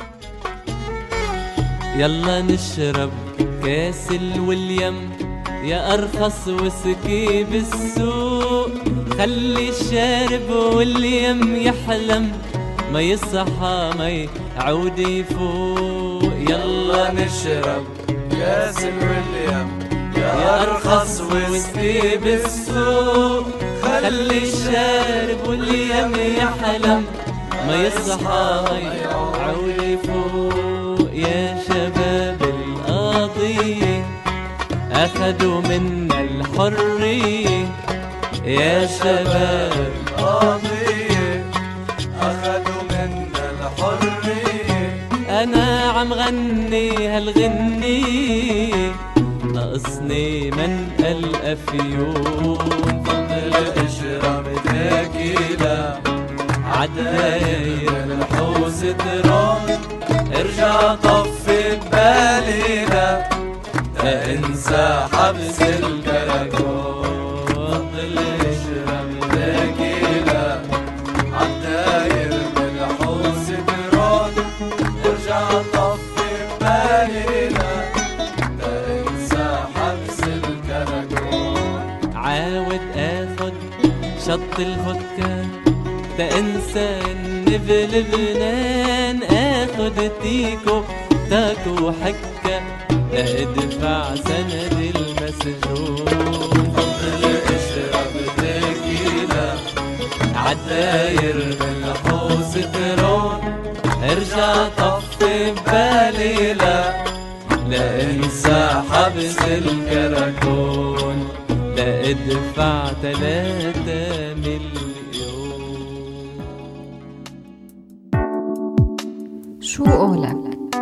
يلا نشرب كاس الوليم يا أرخص وسكي بالسوق خلي الشارب واليم يحلم ما يصحى ما يعود يفوق. يلا نشرب كاس الوليم يا أرخص وسكي بالسوق خلي الشارب واليم يحلم ما يصحى ما يعود يفوق. يا شباب القضية أخذوا منا الحرية يا شباب القضية أخذوا منا الحرية أنا عم غني هالغنية ناقصني من الأفيون فضل اشرب تكيلا عالداير الحوس ترون ارجع طفي ببالي لانسى حبس الكراكون فضل اشرب تكيلا عالداير بالحوس ترون ارجع طفي ببالي لانسى حبس الكراكون عاود اخد شط الفودكا تنسى ان بلبنان اخد تيكو تاكو حكة ادفع سند المسجون فضل اشرب تكيلا عالداير من الحوس ترون ارجع طفي ببالي لا انسى حبس الكراكون لا ادفع تلاتة مليون. شو قولك؟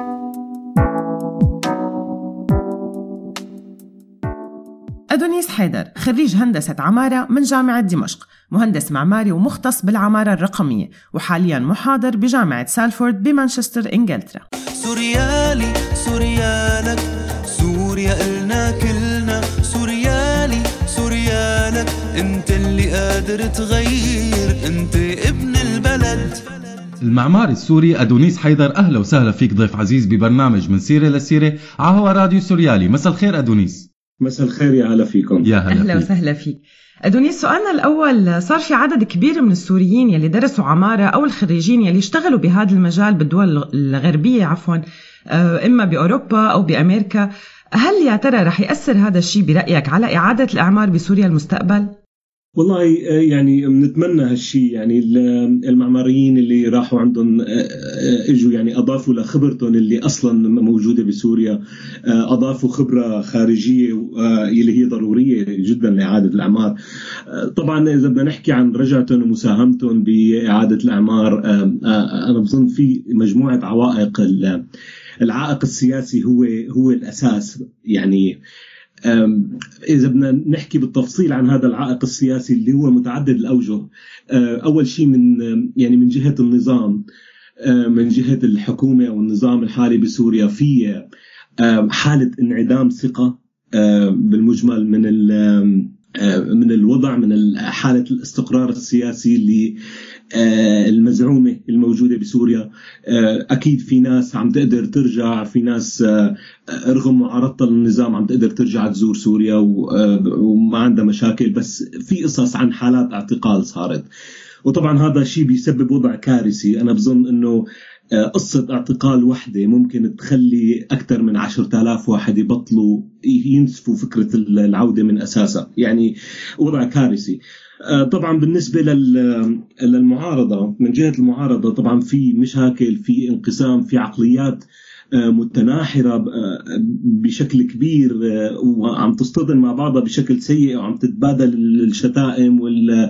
أدونيس حيدر خريج هندسة عمارة من جامعة دمشق، مهندس معماري ومختص بالعمارة الرقمية، وحالياً محاضر بجامعة سالفورد بمانشستر إنجلترا. سوريالي سوريالك سوريا إلنا كلنا سوريالي سوريالك انت اللي قادر تغير انت ابن البلد. المعماري السوري أدونيس حيدر، أهلا وسهلا فيك ضيف عزيز ببرنامج من سيرة لسيرة على هوا راديو سوريالي. مساء الخير أدونيس. مساء الخير يا هلا فيكم. يا هلا أهلا وسهلا فيك أدونيس. سؤالنا الأول، صار في عدد كبير من السوريين يلي درسوا عمارة أو الخريجين يلي اشتغلوا بهذا المجال بالدول الغربية عفوا إما بأوروبا أو بأمريكا، هل يا ترى رح يأثر هذا الشيء برأيك على إعادة الأعمار بسوريا المستقبل؟ والله يعني بنتمنى هالشيء، يعني المعماريين اللي راحوا عندهم اجوا يعني اضافوا لخبرتهم اللي اصلا موجوده بسوريا، اضافوا خبره خارجيه اللي هي ضروريه جدا لاعاده الاعمار. طبعا اذا بدنا نحكي عن رجعتهم ومساهمتهم باعاده الاعمار، انا بظن في مجموعه عوائق. العائق السياسي هو هو الاساس. يعني إذا بدنا نحكي بالتفصيل عن هذا العائق السياسي اللي هو متعدد الأوجه، أول شيء من يعني من جهة النظام، من جهة الحكومة والنظام الحالي بسوريا في حالة انعدام ثقة بالمجمل من من الوضع، من حالة الاستقرار السياسي اللي المزعومة الموجودة بسوريا. أكيد في ناس عم تقدر ترجع، في ناس رغم معارضة للنظام عم تقدر ترجع تزور سوريا وما عندها مشاكل، بس في قصص عن حالات اعتقال صارت، وطبعا هذا الشيء بيسبب وضع كارثي. أنا بظن أنه قصة اعتقال وحدة ممكن تخلي أكثر من عشرة آلاف واحد يبطلوا ينسفوا فكرة العودة من أساسها، يعني وضع كارثي. طبعا بالنسبة للمعارضة، من جهة المعارضة طبعا في مشاكل، في انقسام، في عقليات متناحرة بشكل كبير وعم تصطدم مع بعضها بشكل سيء، وعم تتبادل الشتائم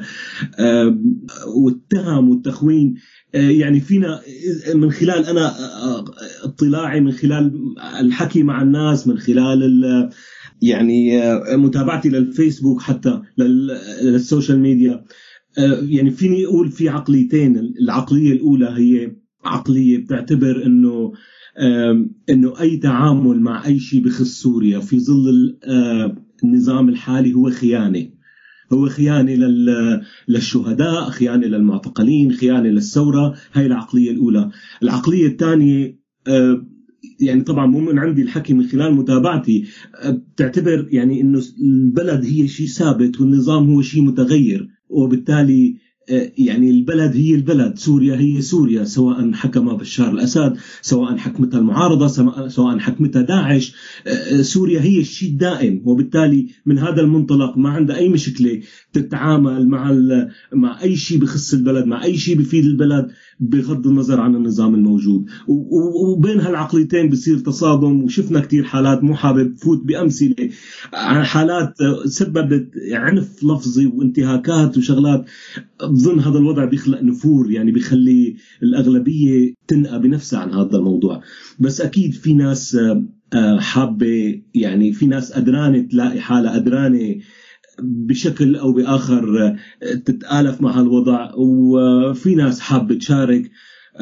والتهم والتخوين. يعني فينا من خلال أنا اطلاعي، من خلال الحكي مع الناس، من خلال يعني متابعتي للفيسبوك حتى للسوشيال ميديا، يعني فيني أقول في عقليتين. العقلية الأولى هي عقلية بتعتبر إنه إنه أي تعامل مع أي شيء بخص سوريا في ظل النظام الحالي هو خيانة، هو خيانة للشهداء، خيانة للمعتقلين، خيانة للثورة. هاي العقلية الأولى. العقلية الثانية يعني طبعا مو من عندي الحكي، من خلال متابعتي، بتعتبر يعني إنه البلد هي شيء ثابت والنظام هو شيء متغير، وبالتالي يعني البلد هي البلد، سوريا هي سوريا، سواء حكم بشار الأسد، سواء حكمتها المعارضة، سواء حكمتها داعش، سوريا هي الشيء الدائم. وبالتالي من هذا المنطلق ما عندها أي مشكلة تتعامل مع مع أي شيء بخص البلد، مع أي شيء بفيد البلد، بغض النظر عن النظام الموجود. وبين هالعقليتين بصير تصادم، وشفنا كتير حالات، مو حابب فوت بأمثلة عن حالات سببت عنف لفظي وانتهاكات وشغلات. بظن هذا الوضع بيخلق نفور، يعني بيخلي الأغلبية تنقى بنفسها عن هذا الموضوع. بس أكيد في ناس حابة، يعني في ناس قدرانة تلاقي حالة، قدرانة بشكل أو بآخر تتآلف مع هالوضع، وفي ناس حابة تشارك.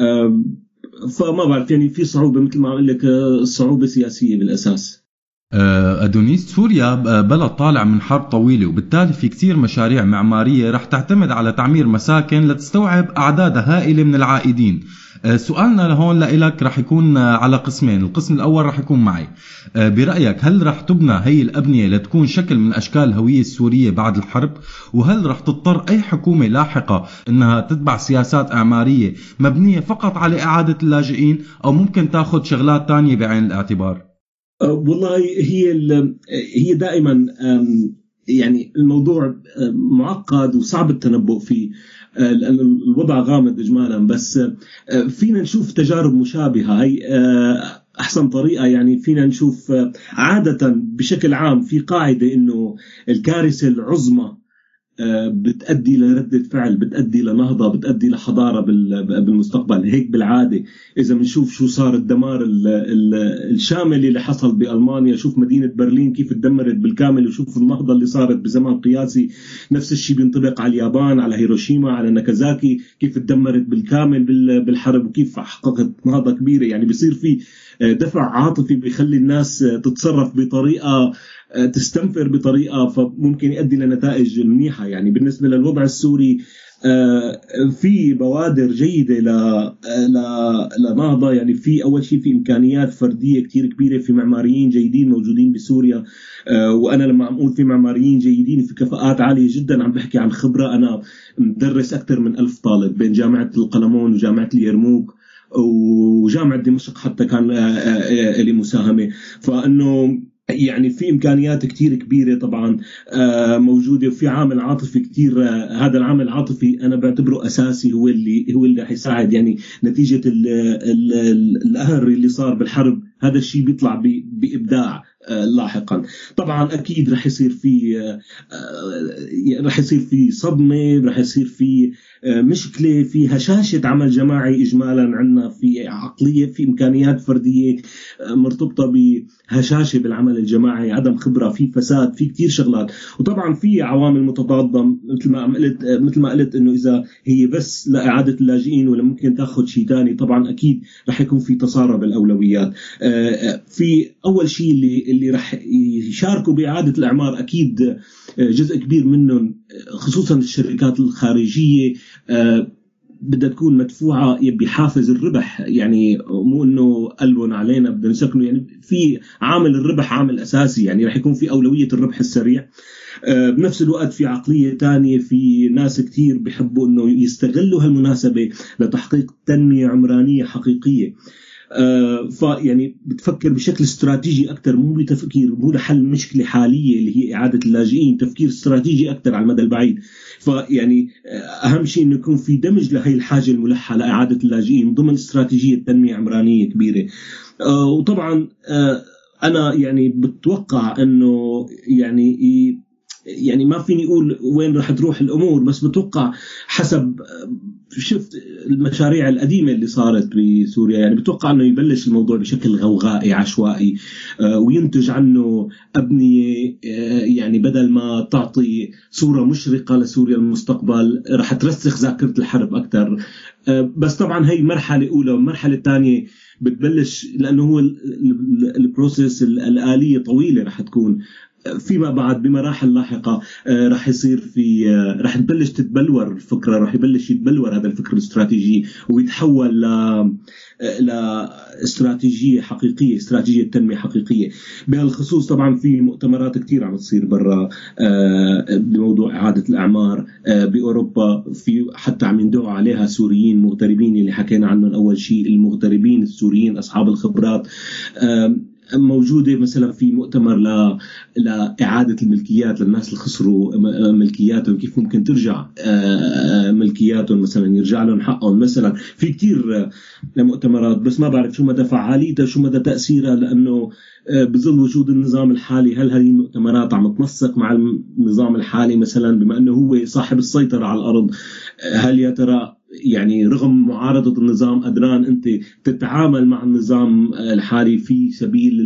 فما بعرف، يعني في صعوبة، مثل ما أقول لك صعوبة سياسية بالأساس. أدونيس، سوريا بلد طالع من حرب طويلة، وبالتالي في كتير مشاريع معمارية رح تعتمد على تعمير مساكن لتستوعب أعداد هائلة من العائدين. سؤالنا لهون لإلك رح يكون على قسمين. القسم الأول رح يكون معي. برأيك هل رح تبنى هي الأبنية لتكون شكل من أشكال الهوية السورية بعد الحرب؟ وهل رح تضطر أي حكومة لاحقة إنها تتبع سياسات إعمارية مبنية فقط على إعادة اللاجئين، أو ممكن تاخد شغلات تانية بعين الاعتبار؟ والله هي هي دائما يعني الموضوع معقد وصعب التنبؤ فيه، لأن الوضع غامض إجمالا. بس فينا نشوف تجارب مشابهة. هي أحسن طريقة، يعني فينا نشوف عادة بشكل عام في قاعدة إنه الكارثة العظمى بتأدي لردة فعل، بتأدي لنهضة، بتأدي لحضارة بالمستقبل. هيك بالعادة إذا بنشوف شو صار الدمار الشامل اللي حصل بألمانيا، شوف مدينة برلين كيف تدمرت بالكامل، وشوف النهضة اللي صارت بزمن قياسي. نفس الشيء بينطبق على اليابان، على هيروشيما، على ناكازاكي، كيف تدمرت بالكامل بالحرب، وكيف حققت نهضة كبيرة. يعني بيصير في دفع عاطفي بيخلي الناس تتصرف بطريقة، تستنفر بطريقة، فممكن يؤدي لنتائج منيحة. يعني بالنسبة للوضع السوري في بوادر جيدة لنهضة. يعني في أول شيء في إمكانيات فردية كتير كبيرة، في معماريين جيدين موجودين بسوريا. وأنا لما عم أقول في معماريين جيدين في كفاءات عالية جدا، عم بحكي عن خبرة. أنا مدرس أكثر من ألف طالب بين جامعة القلمون وجامعة اليرموك وجامعة دمشق، حتى كان لي مساهمة. فإنه يعني في إمكانيات كتير كبيرة طبعا موجودة، وفي عامل عاطفي كتير. هذا العامل العاطفي أنا بعتبره أساسي، هو اللي هو اللي حيساعد. يعني نتيجة القهر اللي صار بالحرب، هذا الشيء بيطلع بإبداع لاحقا. طبعا أكيد رح يصير في رح يصير في صدمة، رح يصير في مشكلة في هشاشة عمل جماعي إجمالا عندنا، في عقلية، في إمكانيات فردية مرتبطة بهشاشة بالعمل الجماعي، عدم خبرة، في فساد، في كتير شغلات. وطبعا في عوامل متضادة مثل ما قلت مثل ما قلت إنه إذا هي بس لإعادة اللاجئين ولا ممكن تأخذ شيء تاني، طبعا أكيد رح يكون في تصارع بالأولويات. في أول شيء اللي اللي رح يشاركوا بإعادة الإعمار أكيد جزء كبير منهم، خصوصا الشركات الخارجية، بدها تكون مدفوعة بحافز الربح، يعني مو إنه قلبون علينا بدنا نسكنه، يعني في عامل الربح عامل أساسي، يعني رح يكون في أولوية الربح السريع. بنفس الوقت في عقلية تانية، في ناس كتير بيحبوا إنه يستغلوا هالمناسبة لتحقيق تنمية عمرانية حقيقية. آه فيعني بتفكر بشكل استراتيجي أكتر، مو بتفكير مو لحل مشكلة حالية اللي هي إعادة اللاجئين، تفكير استراتيجي أكتر على المدى البعيد. فيعني أهم شيء إنه يكون في دمج لهي الحاجة الملحة لإعادة اللاجئين ضمن استراتيجية تنمية عمرانية كبيرة. آه وطبعا آه أنا يعني بتوقع إنه يعني يعني ما فيني أقول وين رح تروح الأمور، بس بتوقع حسب شفت المشاريع القديمة اللي صارت بسوريا، يعني بتوقع أنه يبلش الموضوع بشكل غوغائي عشوائي وينتج عنه أبنية، يعني بدل ما تعطي صورة مشرقة لسوريا المستقبل رح ترسخ ذاكرة الحرب أكتر. بس طبعا هي مرحلة أولى. والمرحلة الثانية بتبلش لأنه هو البروسيس الآلية طويلة رح تكون فيما بعد بمراحل لاحقة، رح يصير في رح تبلش تتبلور الفكرة، رح يبلش يتبلور هذا الفكر الاستراتيجي ويتحول ل لاستراتيجية حقيقية، استراتيجية تنمية حقيقية. بهالخصوص طبعا في مؤتمرات كتير عم تصير برا بموضوع إعادة الأعمار بأوروبا، في حتى عم يندعوا عليها سوريين مغتربين اللي حكينا عنهم أول شيء، المغتربين السوريين أصحاب الخبرات موجودة. مثلا في مؤتمر ل... لإعادة الملكيات للناس اللي خسروا ملكياتهم، كيف ممكن ترجع ملكياتهم، مثلا يرجع لهم حقهم. مثلا في كتير مؤتمرات، بس ما بعرف شو مدى فعاليتها، شو مدى تأثيرها، لأنه بظل وجود النظام الحالي هل هذه المؤتمرات عم تنسق مع النظام الحالي مثلا بما أنه هو صاحب السيطرة على الأرض؟ هل يا ترى يعني رغم معارضة النظام قدران أنت تتعامل مع النظام الحالي في سبيل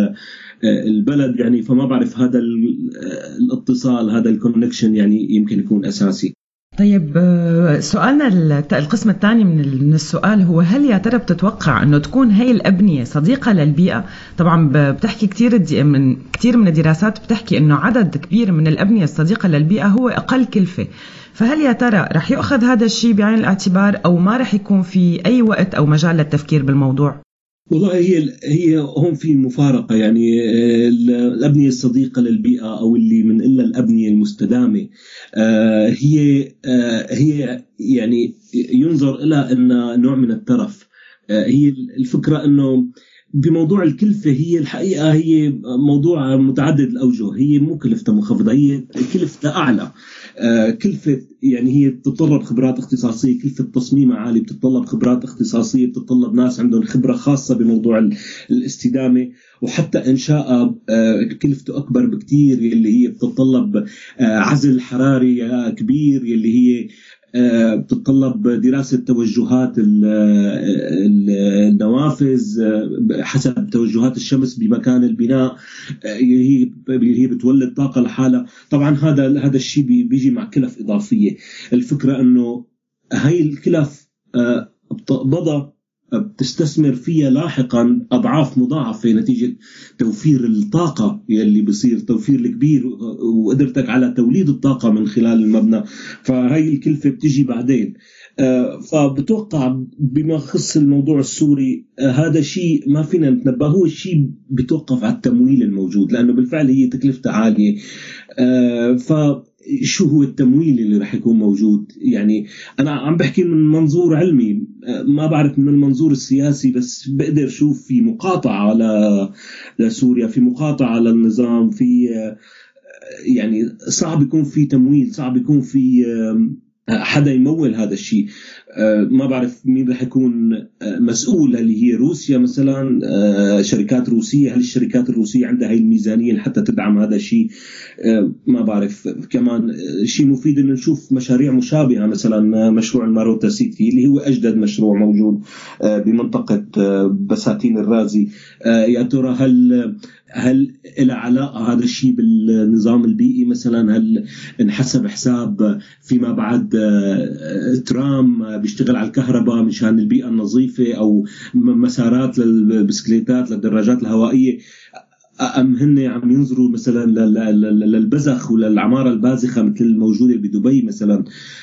البلد؟ يعني فما بعرف هذا الاتصال، هذا الكونكشن يعني يمكن يكون أساسي. طيب سؤالنا القسم الثاني من السؤال هو هل يا ترى بتتوقع أنه تكون هاي الأبنية صديقة للبيئة؟ طبعا بتحكي كتير من كتير من الدراسات بتحكي أنه عدد كبير من الأبنية الصديقة للبيئة هو أقل كلفة، فهل يا ترى رح يؤخذ هذا الشيء بعين الاعتبار أو ما رح يكون في أي وقت أو مجال للتفكير بالموضوع؟ والله هي هي هم في مفارقة، يعني الأبنية الصديقة للبيئة أو اللي من إلا الأبنية المستدامة هي هي يعني ينظر إلى أن نوع من الترف. هي الفكرة أنه بموضوع الكلفة هي الحقيقة هي موضوع متعدد الأوجه، هي مو كلفتها منخفضة، هي كلفتها أعلى. كلفة يعني هي بتتطلب خبرات اختصاصية، كلفة تصميم عالي بتتطلب خبرات اختصاصية، بتتطلب ناس عندهم خبرة خاصة بموضوع الاستدامة، وحتى إنشاء كلفته أكبر بكتير، اللي هي بتتطلب عزل حراري كبير، اللي هي بتتطلب دراسة توجهات النوافذ حسب توجهات الشمس بمكان البناء، هي هي بتولد طاقة لحالها. طبعا هذا هذا الشيء بيجي مع كلف إضافية. الفكرة إنه هاي الكلف بضع بتستثمر فيها لاحقا أضعاف مضاعفة نتيجة توفير الطاقة يلي بصير، توفير الكبير وقدرتك على توليد الطاقة من خلال المبنى، فهاي الكلفة بتجي بعدين. فبتوقع بما يخص الموضوع السوري هذا شيء ما فينا نتنبأ، هو الشيء بتوقف على التمويل الموجود لأنه بالفعل هي تكلفته عالية. ف شو هو التمويل اللي رح يكون موجود؟ يعني أنا عم بحكي من منظور علمي، ما بعرف من المنظور السياسي، بس بقدر شوف في مقاطعة على لسوريا، في مقاطعة على النظام، في يعني صعب يكون في تمويل، صعب يكون في حدا يمول هذا الشيء. ما بعرف مين رح يكون مسؤول، هل هي روسيا مثلا، شركات روسية، هل الشركات الروسية عندها هاي الميزانية حتى تدعم هذا الشيء؟ ما بعرف. كمان شيء مفيد إنه نشوف مشاريع مشابهة، مثلا مشروع الماروتا سيتي اللي هو أجدد مشروع موجود بمنطقة بساتين الرازي. يا ترى هل هل إلى علاقة هذا الشيء بالنظام البيئي مثلا؟ هل انحسب حساب فيما بعد ترام بيشتغل على الكهرباء مشان البيئة النظيفة، أو مسارات للبسكليتات للدراجات الهوائية، أم هن عم ينظروا مثلا للبزخ وللعمارة البازخة مثل الموجودة بدبي مثلا؟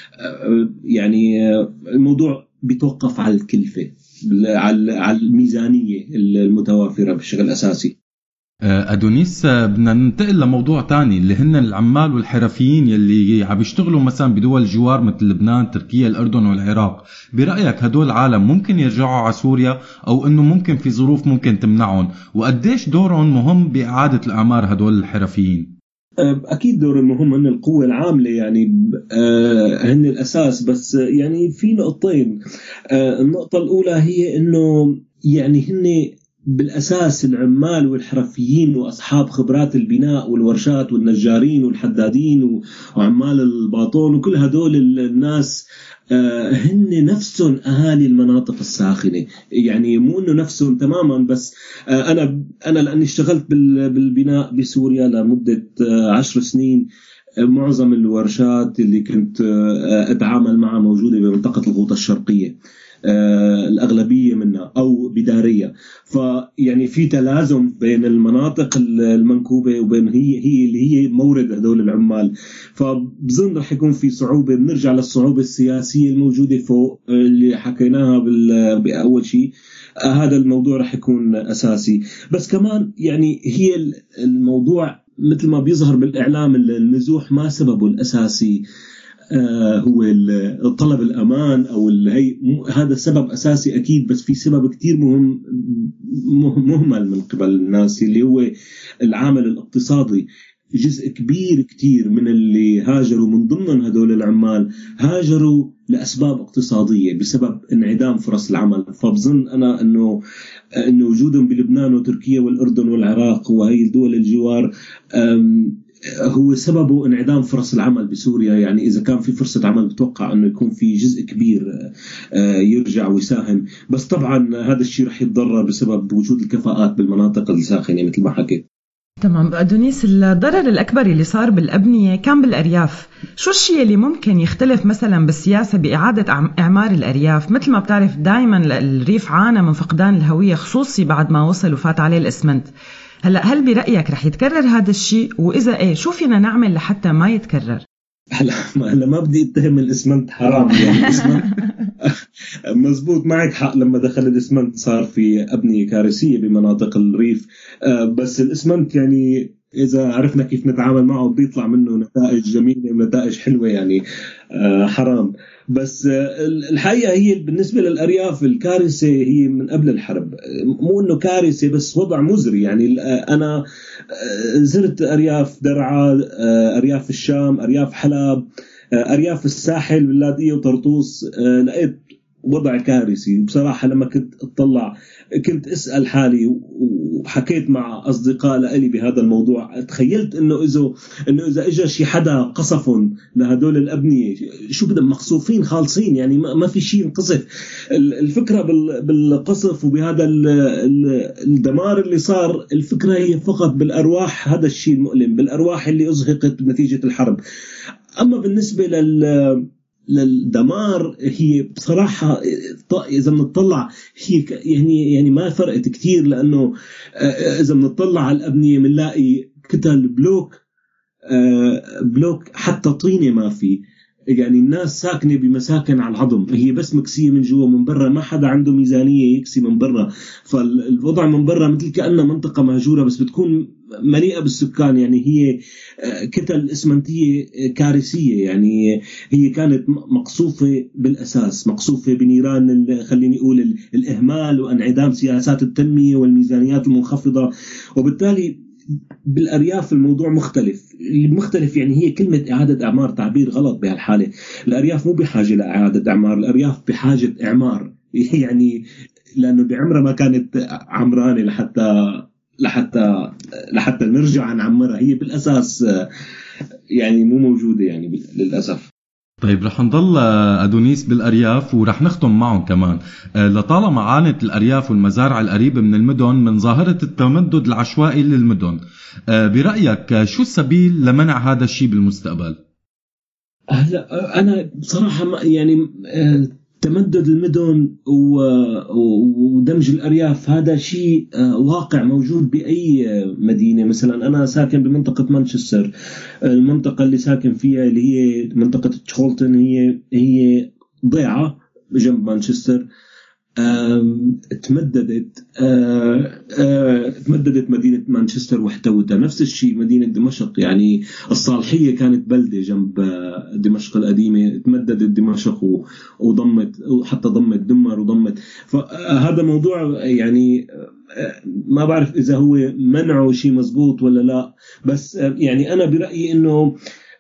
يعني الموضوع بيتوقف على الكلفة، على الميزانية المتوافرة بشكل أساسي. أدونيس، بدنا ننتقل لموضوع تاني اللي هن العمال والحرفيين يلي عم يشتغلوا مثلا بدول جوار مثل لبنان، تركيا، الأردن والعراق. برأيك هدول العالم ممكن يرجعوا على سوريا، أو إنه ممكن في ظروف ممكن تمنعهم؟ وقديش دورهم مهم بإعادة الأعمار هدول الحرفيين؟ أكيد دور المهم أن القوة العاملة يعني هن الأساس، بس يعني في نقطتين. النقطة الأولى هي إنه يعني هن بالأساس العمال والحرفيين وأصحاب خبرات البناء والورشات والنجارين والحدادين وعمال الباطون وكل هدول الناس هن نفسهم أهالي المناطق الساخنة. يعني مو إنه نفسهم تماما، بس أنا أنا لأني اشتغلت بالبناء بسوريا لمدة عشر سنين، معظم الورشات اللي كنت أتعامل معها موجودة بمنطقة الغوطة الشرقية، الأغلبية منها أو بدارية. فيعني في تلازم بين المناطق المنكوبة وبين هي هي اللي هي مورد هذول العمال. فبظن رح يكون في صعوبة، بنرجع للصعوبة السياسية الموجودة فوق اللي حكيناها بأول شيء. هذا الموضوع رح يكون أساسي. بس كمان يعني هي الموضوع مثل ما بيظهر بالإعلام، النزوح ما سببه الأساسي هو طلب الأمان أو هي، هذا سبب أساسي أكيد، بس في سبب كتير مهم مهمل من قبل الناس اللي هو العامل الاقتصادي. جزء كبير كتير من اللي هاجروا من ضمن هدول العمال هاجروا لأسباب اقتصادية بسبب انعدام فرص العمل. فبظن أنا أنه أنه وجودهم بلبنان وتركيا والأردن والعراق وهي الدول الجوار هو سببه انعدام فرص العمل بسوريا. يعني إذا كان في فرصة عمل بتوقع أنه يكون في جزء كبير يرجع ويساهم، بس طبعا هذا الشيء رح يتضرر بسبب وجود الكفاءات بالمناطق الساخنة مثل ما حكيت. تمام. أدونيس، الضرر الأكبر اللي صار بالأبنية كان بالأرياف. شو الشيء اللي ممكن يختلف مثلا بالسياسة بإعادة أعمار الأرياف؟ مثل ما بتعرف دايما الريف عانى من فقدان الهوية، خصوصي بعد ما وصل وفات عليه الإسمنت. هلأ هل برأيك رح يتكرر هذا الشيء؟ وإذا إيه شو فينا نعمل لحتى ما يتكرر؟ هلا ما, ما بدي اتهم الإسمنت حرام يعني. الإسمنت مزبوط، معك حق، لما دخل الإسمنت صار في أبنية كارثية بمناطق الريف، بس الإسمنت يعني إذا عرفنا كيف نتعامل معه بيطلع منه نتائج جميلة ونتائج حلوة يعني. حرام. بس الحقيقة هي بالنسبة للأرياف الكارثة هي من قبل الحرب، مو إنه كارثة بس وضع مزري. يعني أنا زرت أرياف درعا، أرياف الشام، أرياف حلب، أرياف الساحل باللاذقية وطرطوس، لقيت وضع كارثي بصراحة. لما كنت أطلع كنت أسأل حالي وحكيت مع أصدقاء لي بهذا الموضوع، تخيلت إنه إذا إنه إذا إجا شي حدا قصفهم لهدول الأبنية شو بدهم، مقصوفين خالصين يعني ما في شيء انقصف. الفكرة بالقصف وبهذا الدمار اللي صار، الفكرة هي فقط بالأرواح. هذا الشيء المؤلم، بالأرواح اللي أزهقت نتيجة الحرب. أما بالنسبة لل للدمار هي بصراحة إذا بنطلع هي يعني يعني ما فرقت كتير، لأنه إذا بنطلع على الأبنية بنلاقي كتل بلوك بلوك حتى طينة ما في. يعني الناس ساكنة بمساكن على العظم، هي بس مكسية من جوا، من برا ما حدا عنده ميزانية يكسي من برا. فالوضع من برا مثل كأنها منطقة مهجورة بس بتكون مليئة بالسكان. يعني هي كتل إسمنتية كارثية، يعني هي كانت مقصوفة بالأساس، مقصوفة بنيران خليني أقول الإهمال وانعدام سياسات التنمية والميزانيات المنخفضة. وبالتالي بالأرياف الموضوع مختلف. المختلف يعني هي كلمة إعادة إعمار تعبير غلط بهالحالة. الأرياف مو بحاجة لإعادة إعمار، الأرياف بحاجة إعمار يعني لأنه بعمرها ما كانت عمرانة لحتى لحتى لحتى نرجع نعمرها. هي بالأساس يعني مو موجودة يعني للأسف. طيب رح نضل أدونيس بالأرياف ورح نختم معهم كمان. لطالما عانت الأرياف والمزارع القريبة من المدن من ظاهرة التمدد العشوائي للمدن، برأيك شو السبيل لمنع هذا الشيء بالمستقبل؟ هلا أنا بصراحة يعني تمدد المدن ودمج الأرياف هذا شيء واقع موجود بأي مدينة. مثلا أنا ساكن بمنطقة مانشستر، المنطقة اللي ساكن فيها اللي هي منطقة تشولتون هي هي ضيعة جنب مانشستر. تمددت تمددت مدينة مانشستر واحتوتها. نفس الشيء مدينة دمشق، يعني الصالحية كانت بلدة جنب دمشق القديمة، تمددت دمشق وضمت وحتى ضمت دمر وضمت. فهذا موضوع يعني ما بعرف إذا هو منعه شيء مزبوط ولا لا، بس يعني أنا برأيي إنه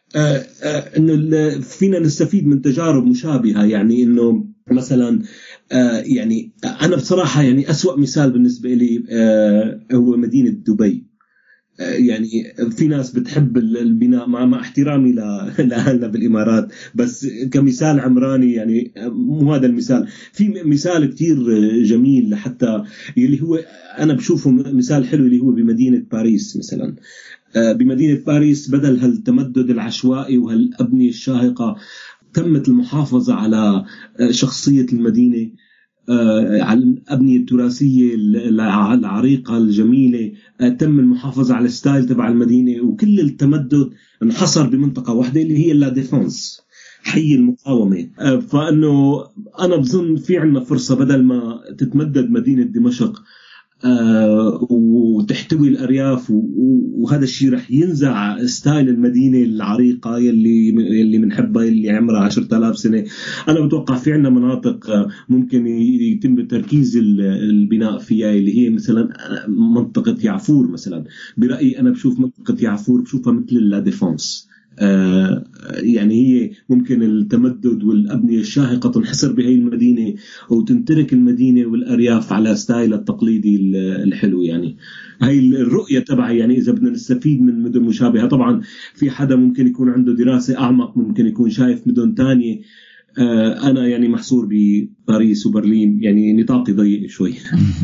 إنه فينا نستفيد من تجارب مشابهة. يعني إنه مثلا يعني أنا بصراحة يعني أسوأ مثال بالنسبة لي هو مدينة دبي. يعني في ناس بتحب البناء مع مع احترامي لأهلنا بالإمارات، بس كمثال عمراني يعني مو هذا المثال. في مثال كتير جميل حتى اللي هو أنا بشوفه مثال حلو اللي هو بمدينة باريس. مثلا بمدينة باريس بدل هالتمدد العشوائي وهالأبنية الشاهقة تمت المحافظة على شخصية المدينة، على الأبنية التراثية العريقة الجميلة. تم المحافظة على الستايل تبع المدينة، وكل التمدد انحصر بمنطقة واحدة اللي هي لا ديفنس، حي المقاومة. فإنه أنا بظن في عنا فرصة بدل ما تتمدد مدينة دمشق آه وتحتوي الأرياف، وهذا الشيء رح ينزع ستايل المدينة العريقة يلي يلي بنحبها اللي عمرها عشرة آلاف سنة. أنا بتوقع في عنا مناطق ممكن يتم تركيز البناء فيها اللي هي مثلا منطقة يعفور. مثلا برأيي أنا بشوف منطقة يعفور بشوفها مثل لا ديفنس. آه يعني هي ممكن التمدد والأبنية الشاهقة تنحصر بهاي المدينة وتنترك المدينة والأرياف على ستايل التقليدي الحلو. يعني هاي الرؤية تبعي. يعني إذا بدنا نستفيد من مدن مشابهة، طبعا في حدا ممكن يكون عنده دراسة أعمق، ممكن يكون شايف مدن تانية. آه أنا يعني محصور بباريس وبرلين، يعني نطاقي ضيق شوي.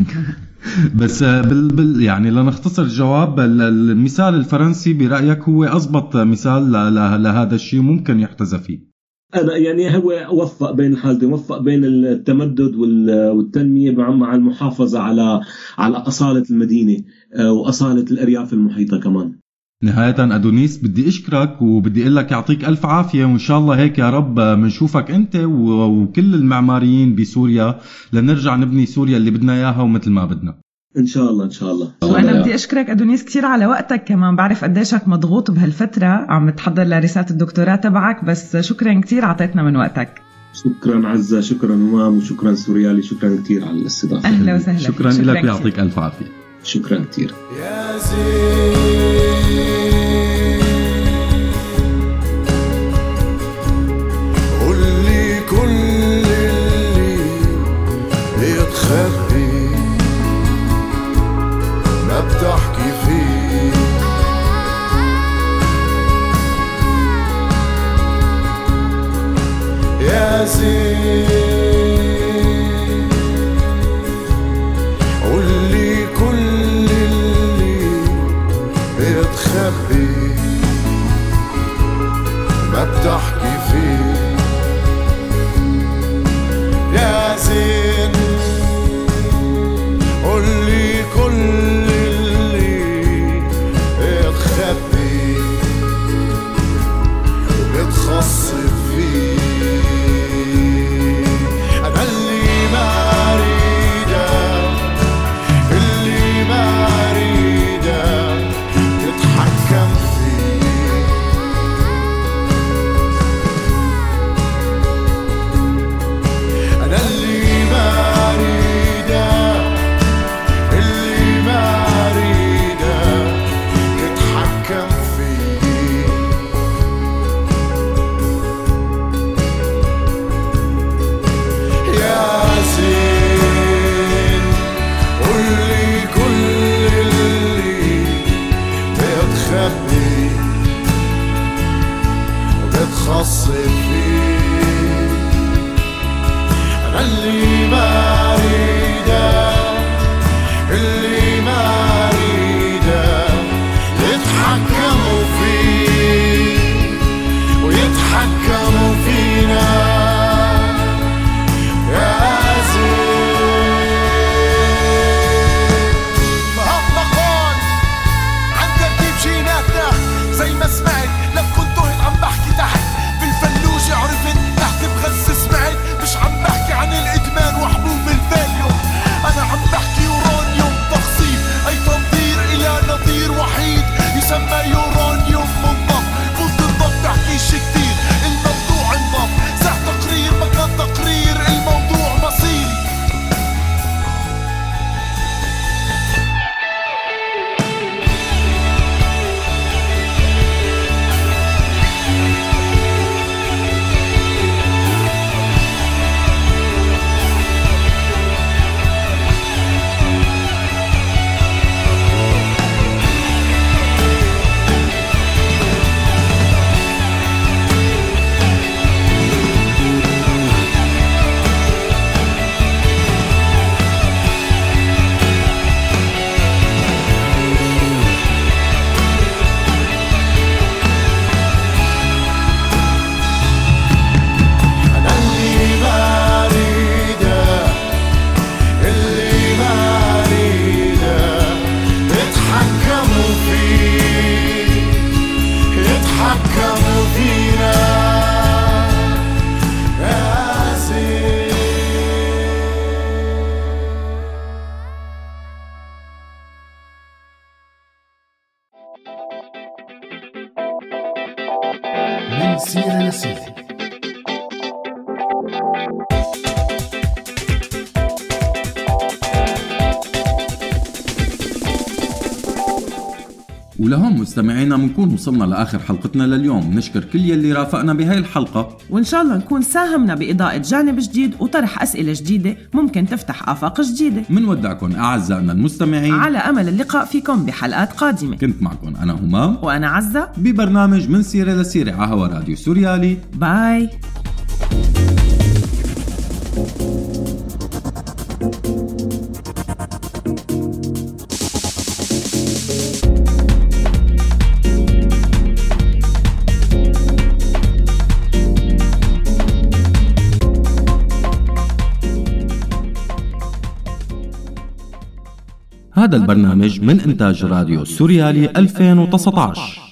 بس بال بال يعني لنختصر الجواب، المثال الفرنسي برأيك هو أضبط مثال لهذا الشيء ممكن يحتذى فيه؟ أنا يعني هو وفق بين الحالتين، وفق بين التمدد والتنمية مع المحافظة على على أصالة المدينة وأصالة الأرياف المحيطة كمان. نهاية أدونيس بدي أشكرك وبدي أقول لك يعطيك ألف عافية، وإن شاء الله هيك يا رب منشوفك أنت وكل المعماريين بسوريا لنرجع نبني سوريا اللي بدنا إياها ومثل ما بدنا إن شاء الله. إن شاء الله. وأنا بدي أشكرك أدونيس كتير على وقتك كمان. بعرف قديشك مضغوط بهالفترة عم تحضر لرسالة الدكتوراه تبعك، بس شكرا كتير عطيتنا من وقتك. شكرا عزة، شكرا همام، وشكرا سوريالي، شكرا كتير على الاستضافة. أهلا وسهلا. شكرا, شكرا لك ويعطيك ألف عافية. شكرا كتير. يا زين قولي كل اللي بيتخبي ما بتحكي فيه، يا زين قولي كل اللي بيتخبي ما بتحكي فيه، يا زين قولي كل اللي بيتخبي وبتخصف فيه. اللي ما ريده اللي ما ريده يتحكموا فيه ويتحكموا فينا يا زين. فهم قول عن ترتيب جيناتنا زي ما سمعت لك كنت هيك عم بحكي تحت بالفلوجة عرفت تحت بغز سمعت مش عم بحكي عن الإدمان وحبوب الفاليوم أنا عم بحكي يورانيوم تخصيب أي تنظير إلى نظير وحيد يسمى يورانيوم منضم كنت انضم تحكيش كتير الموضوع انضم ساع تقرير مكان تقرير الموضوع مصيري. من سيرة لسيرة. ولهون مستمعينا بنكون وصلنا لآخر حلقتنا لليوم. نشكر كل يلي رافقنا بهاي الحلقة وإن شاء الله نكون ساهمنا بإضاءة جانب جديد وطرح أسئلة جديدة ممكن تفتح آفاق جديدة. منودعكم أعزائنا المستمعين على أمل اللقاء فيكم بحلقات قادمة. كنت معكم أنا همام وأنا عزة ببرنامج من سيرة لسيرة على هوا راديو سوريالي. باي. هذا البرنامج من إنتاج راديو سوريالي ألفين وتسعة عشر.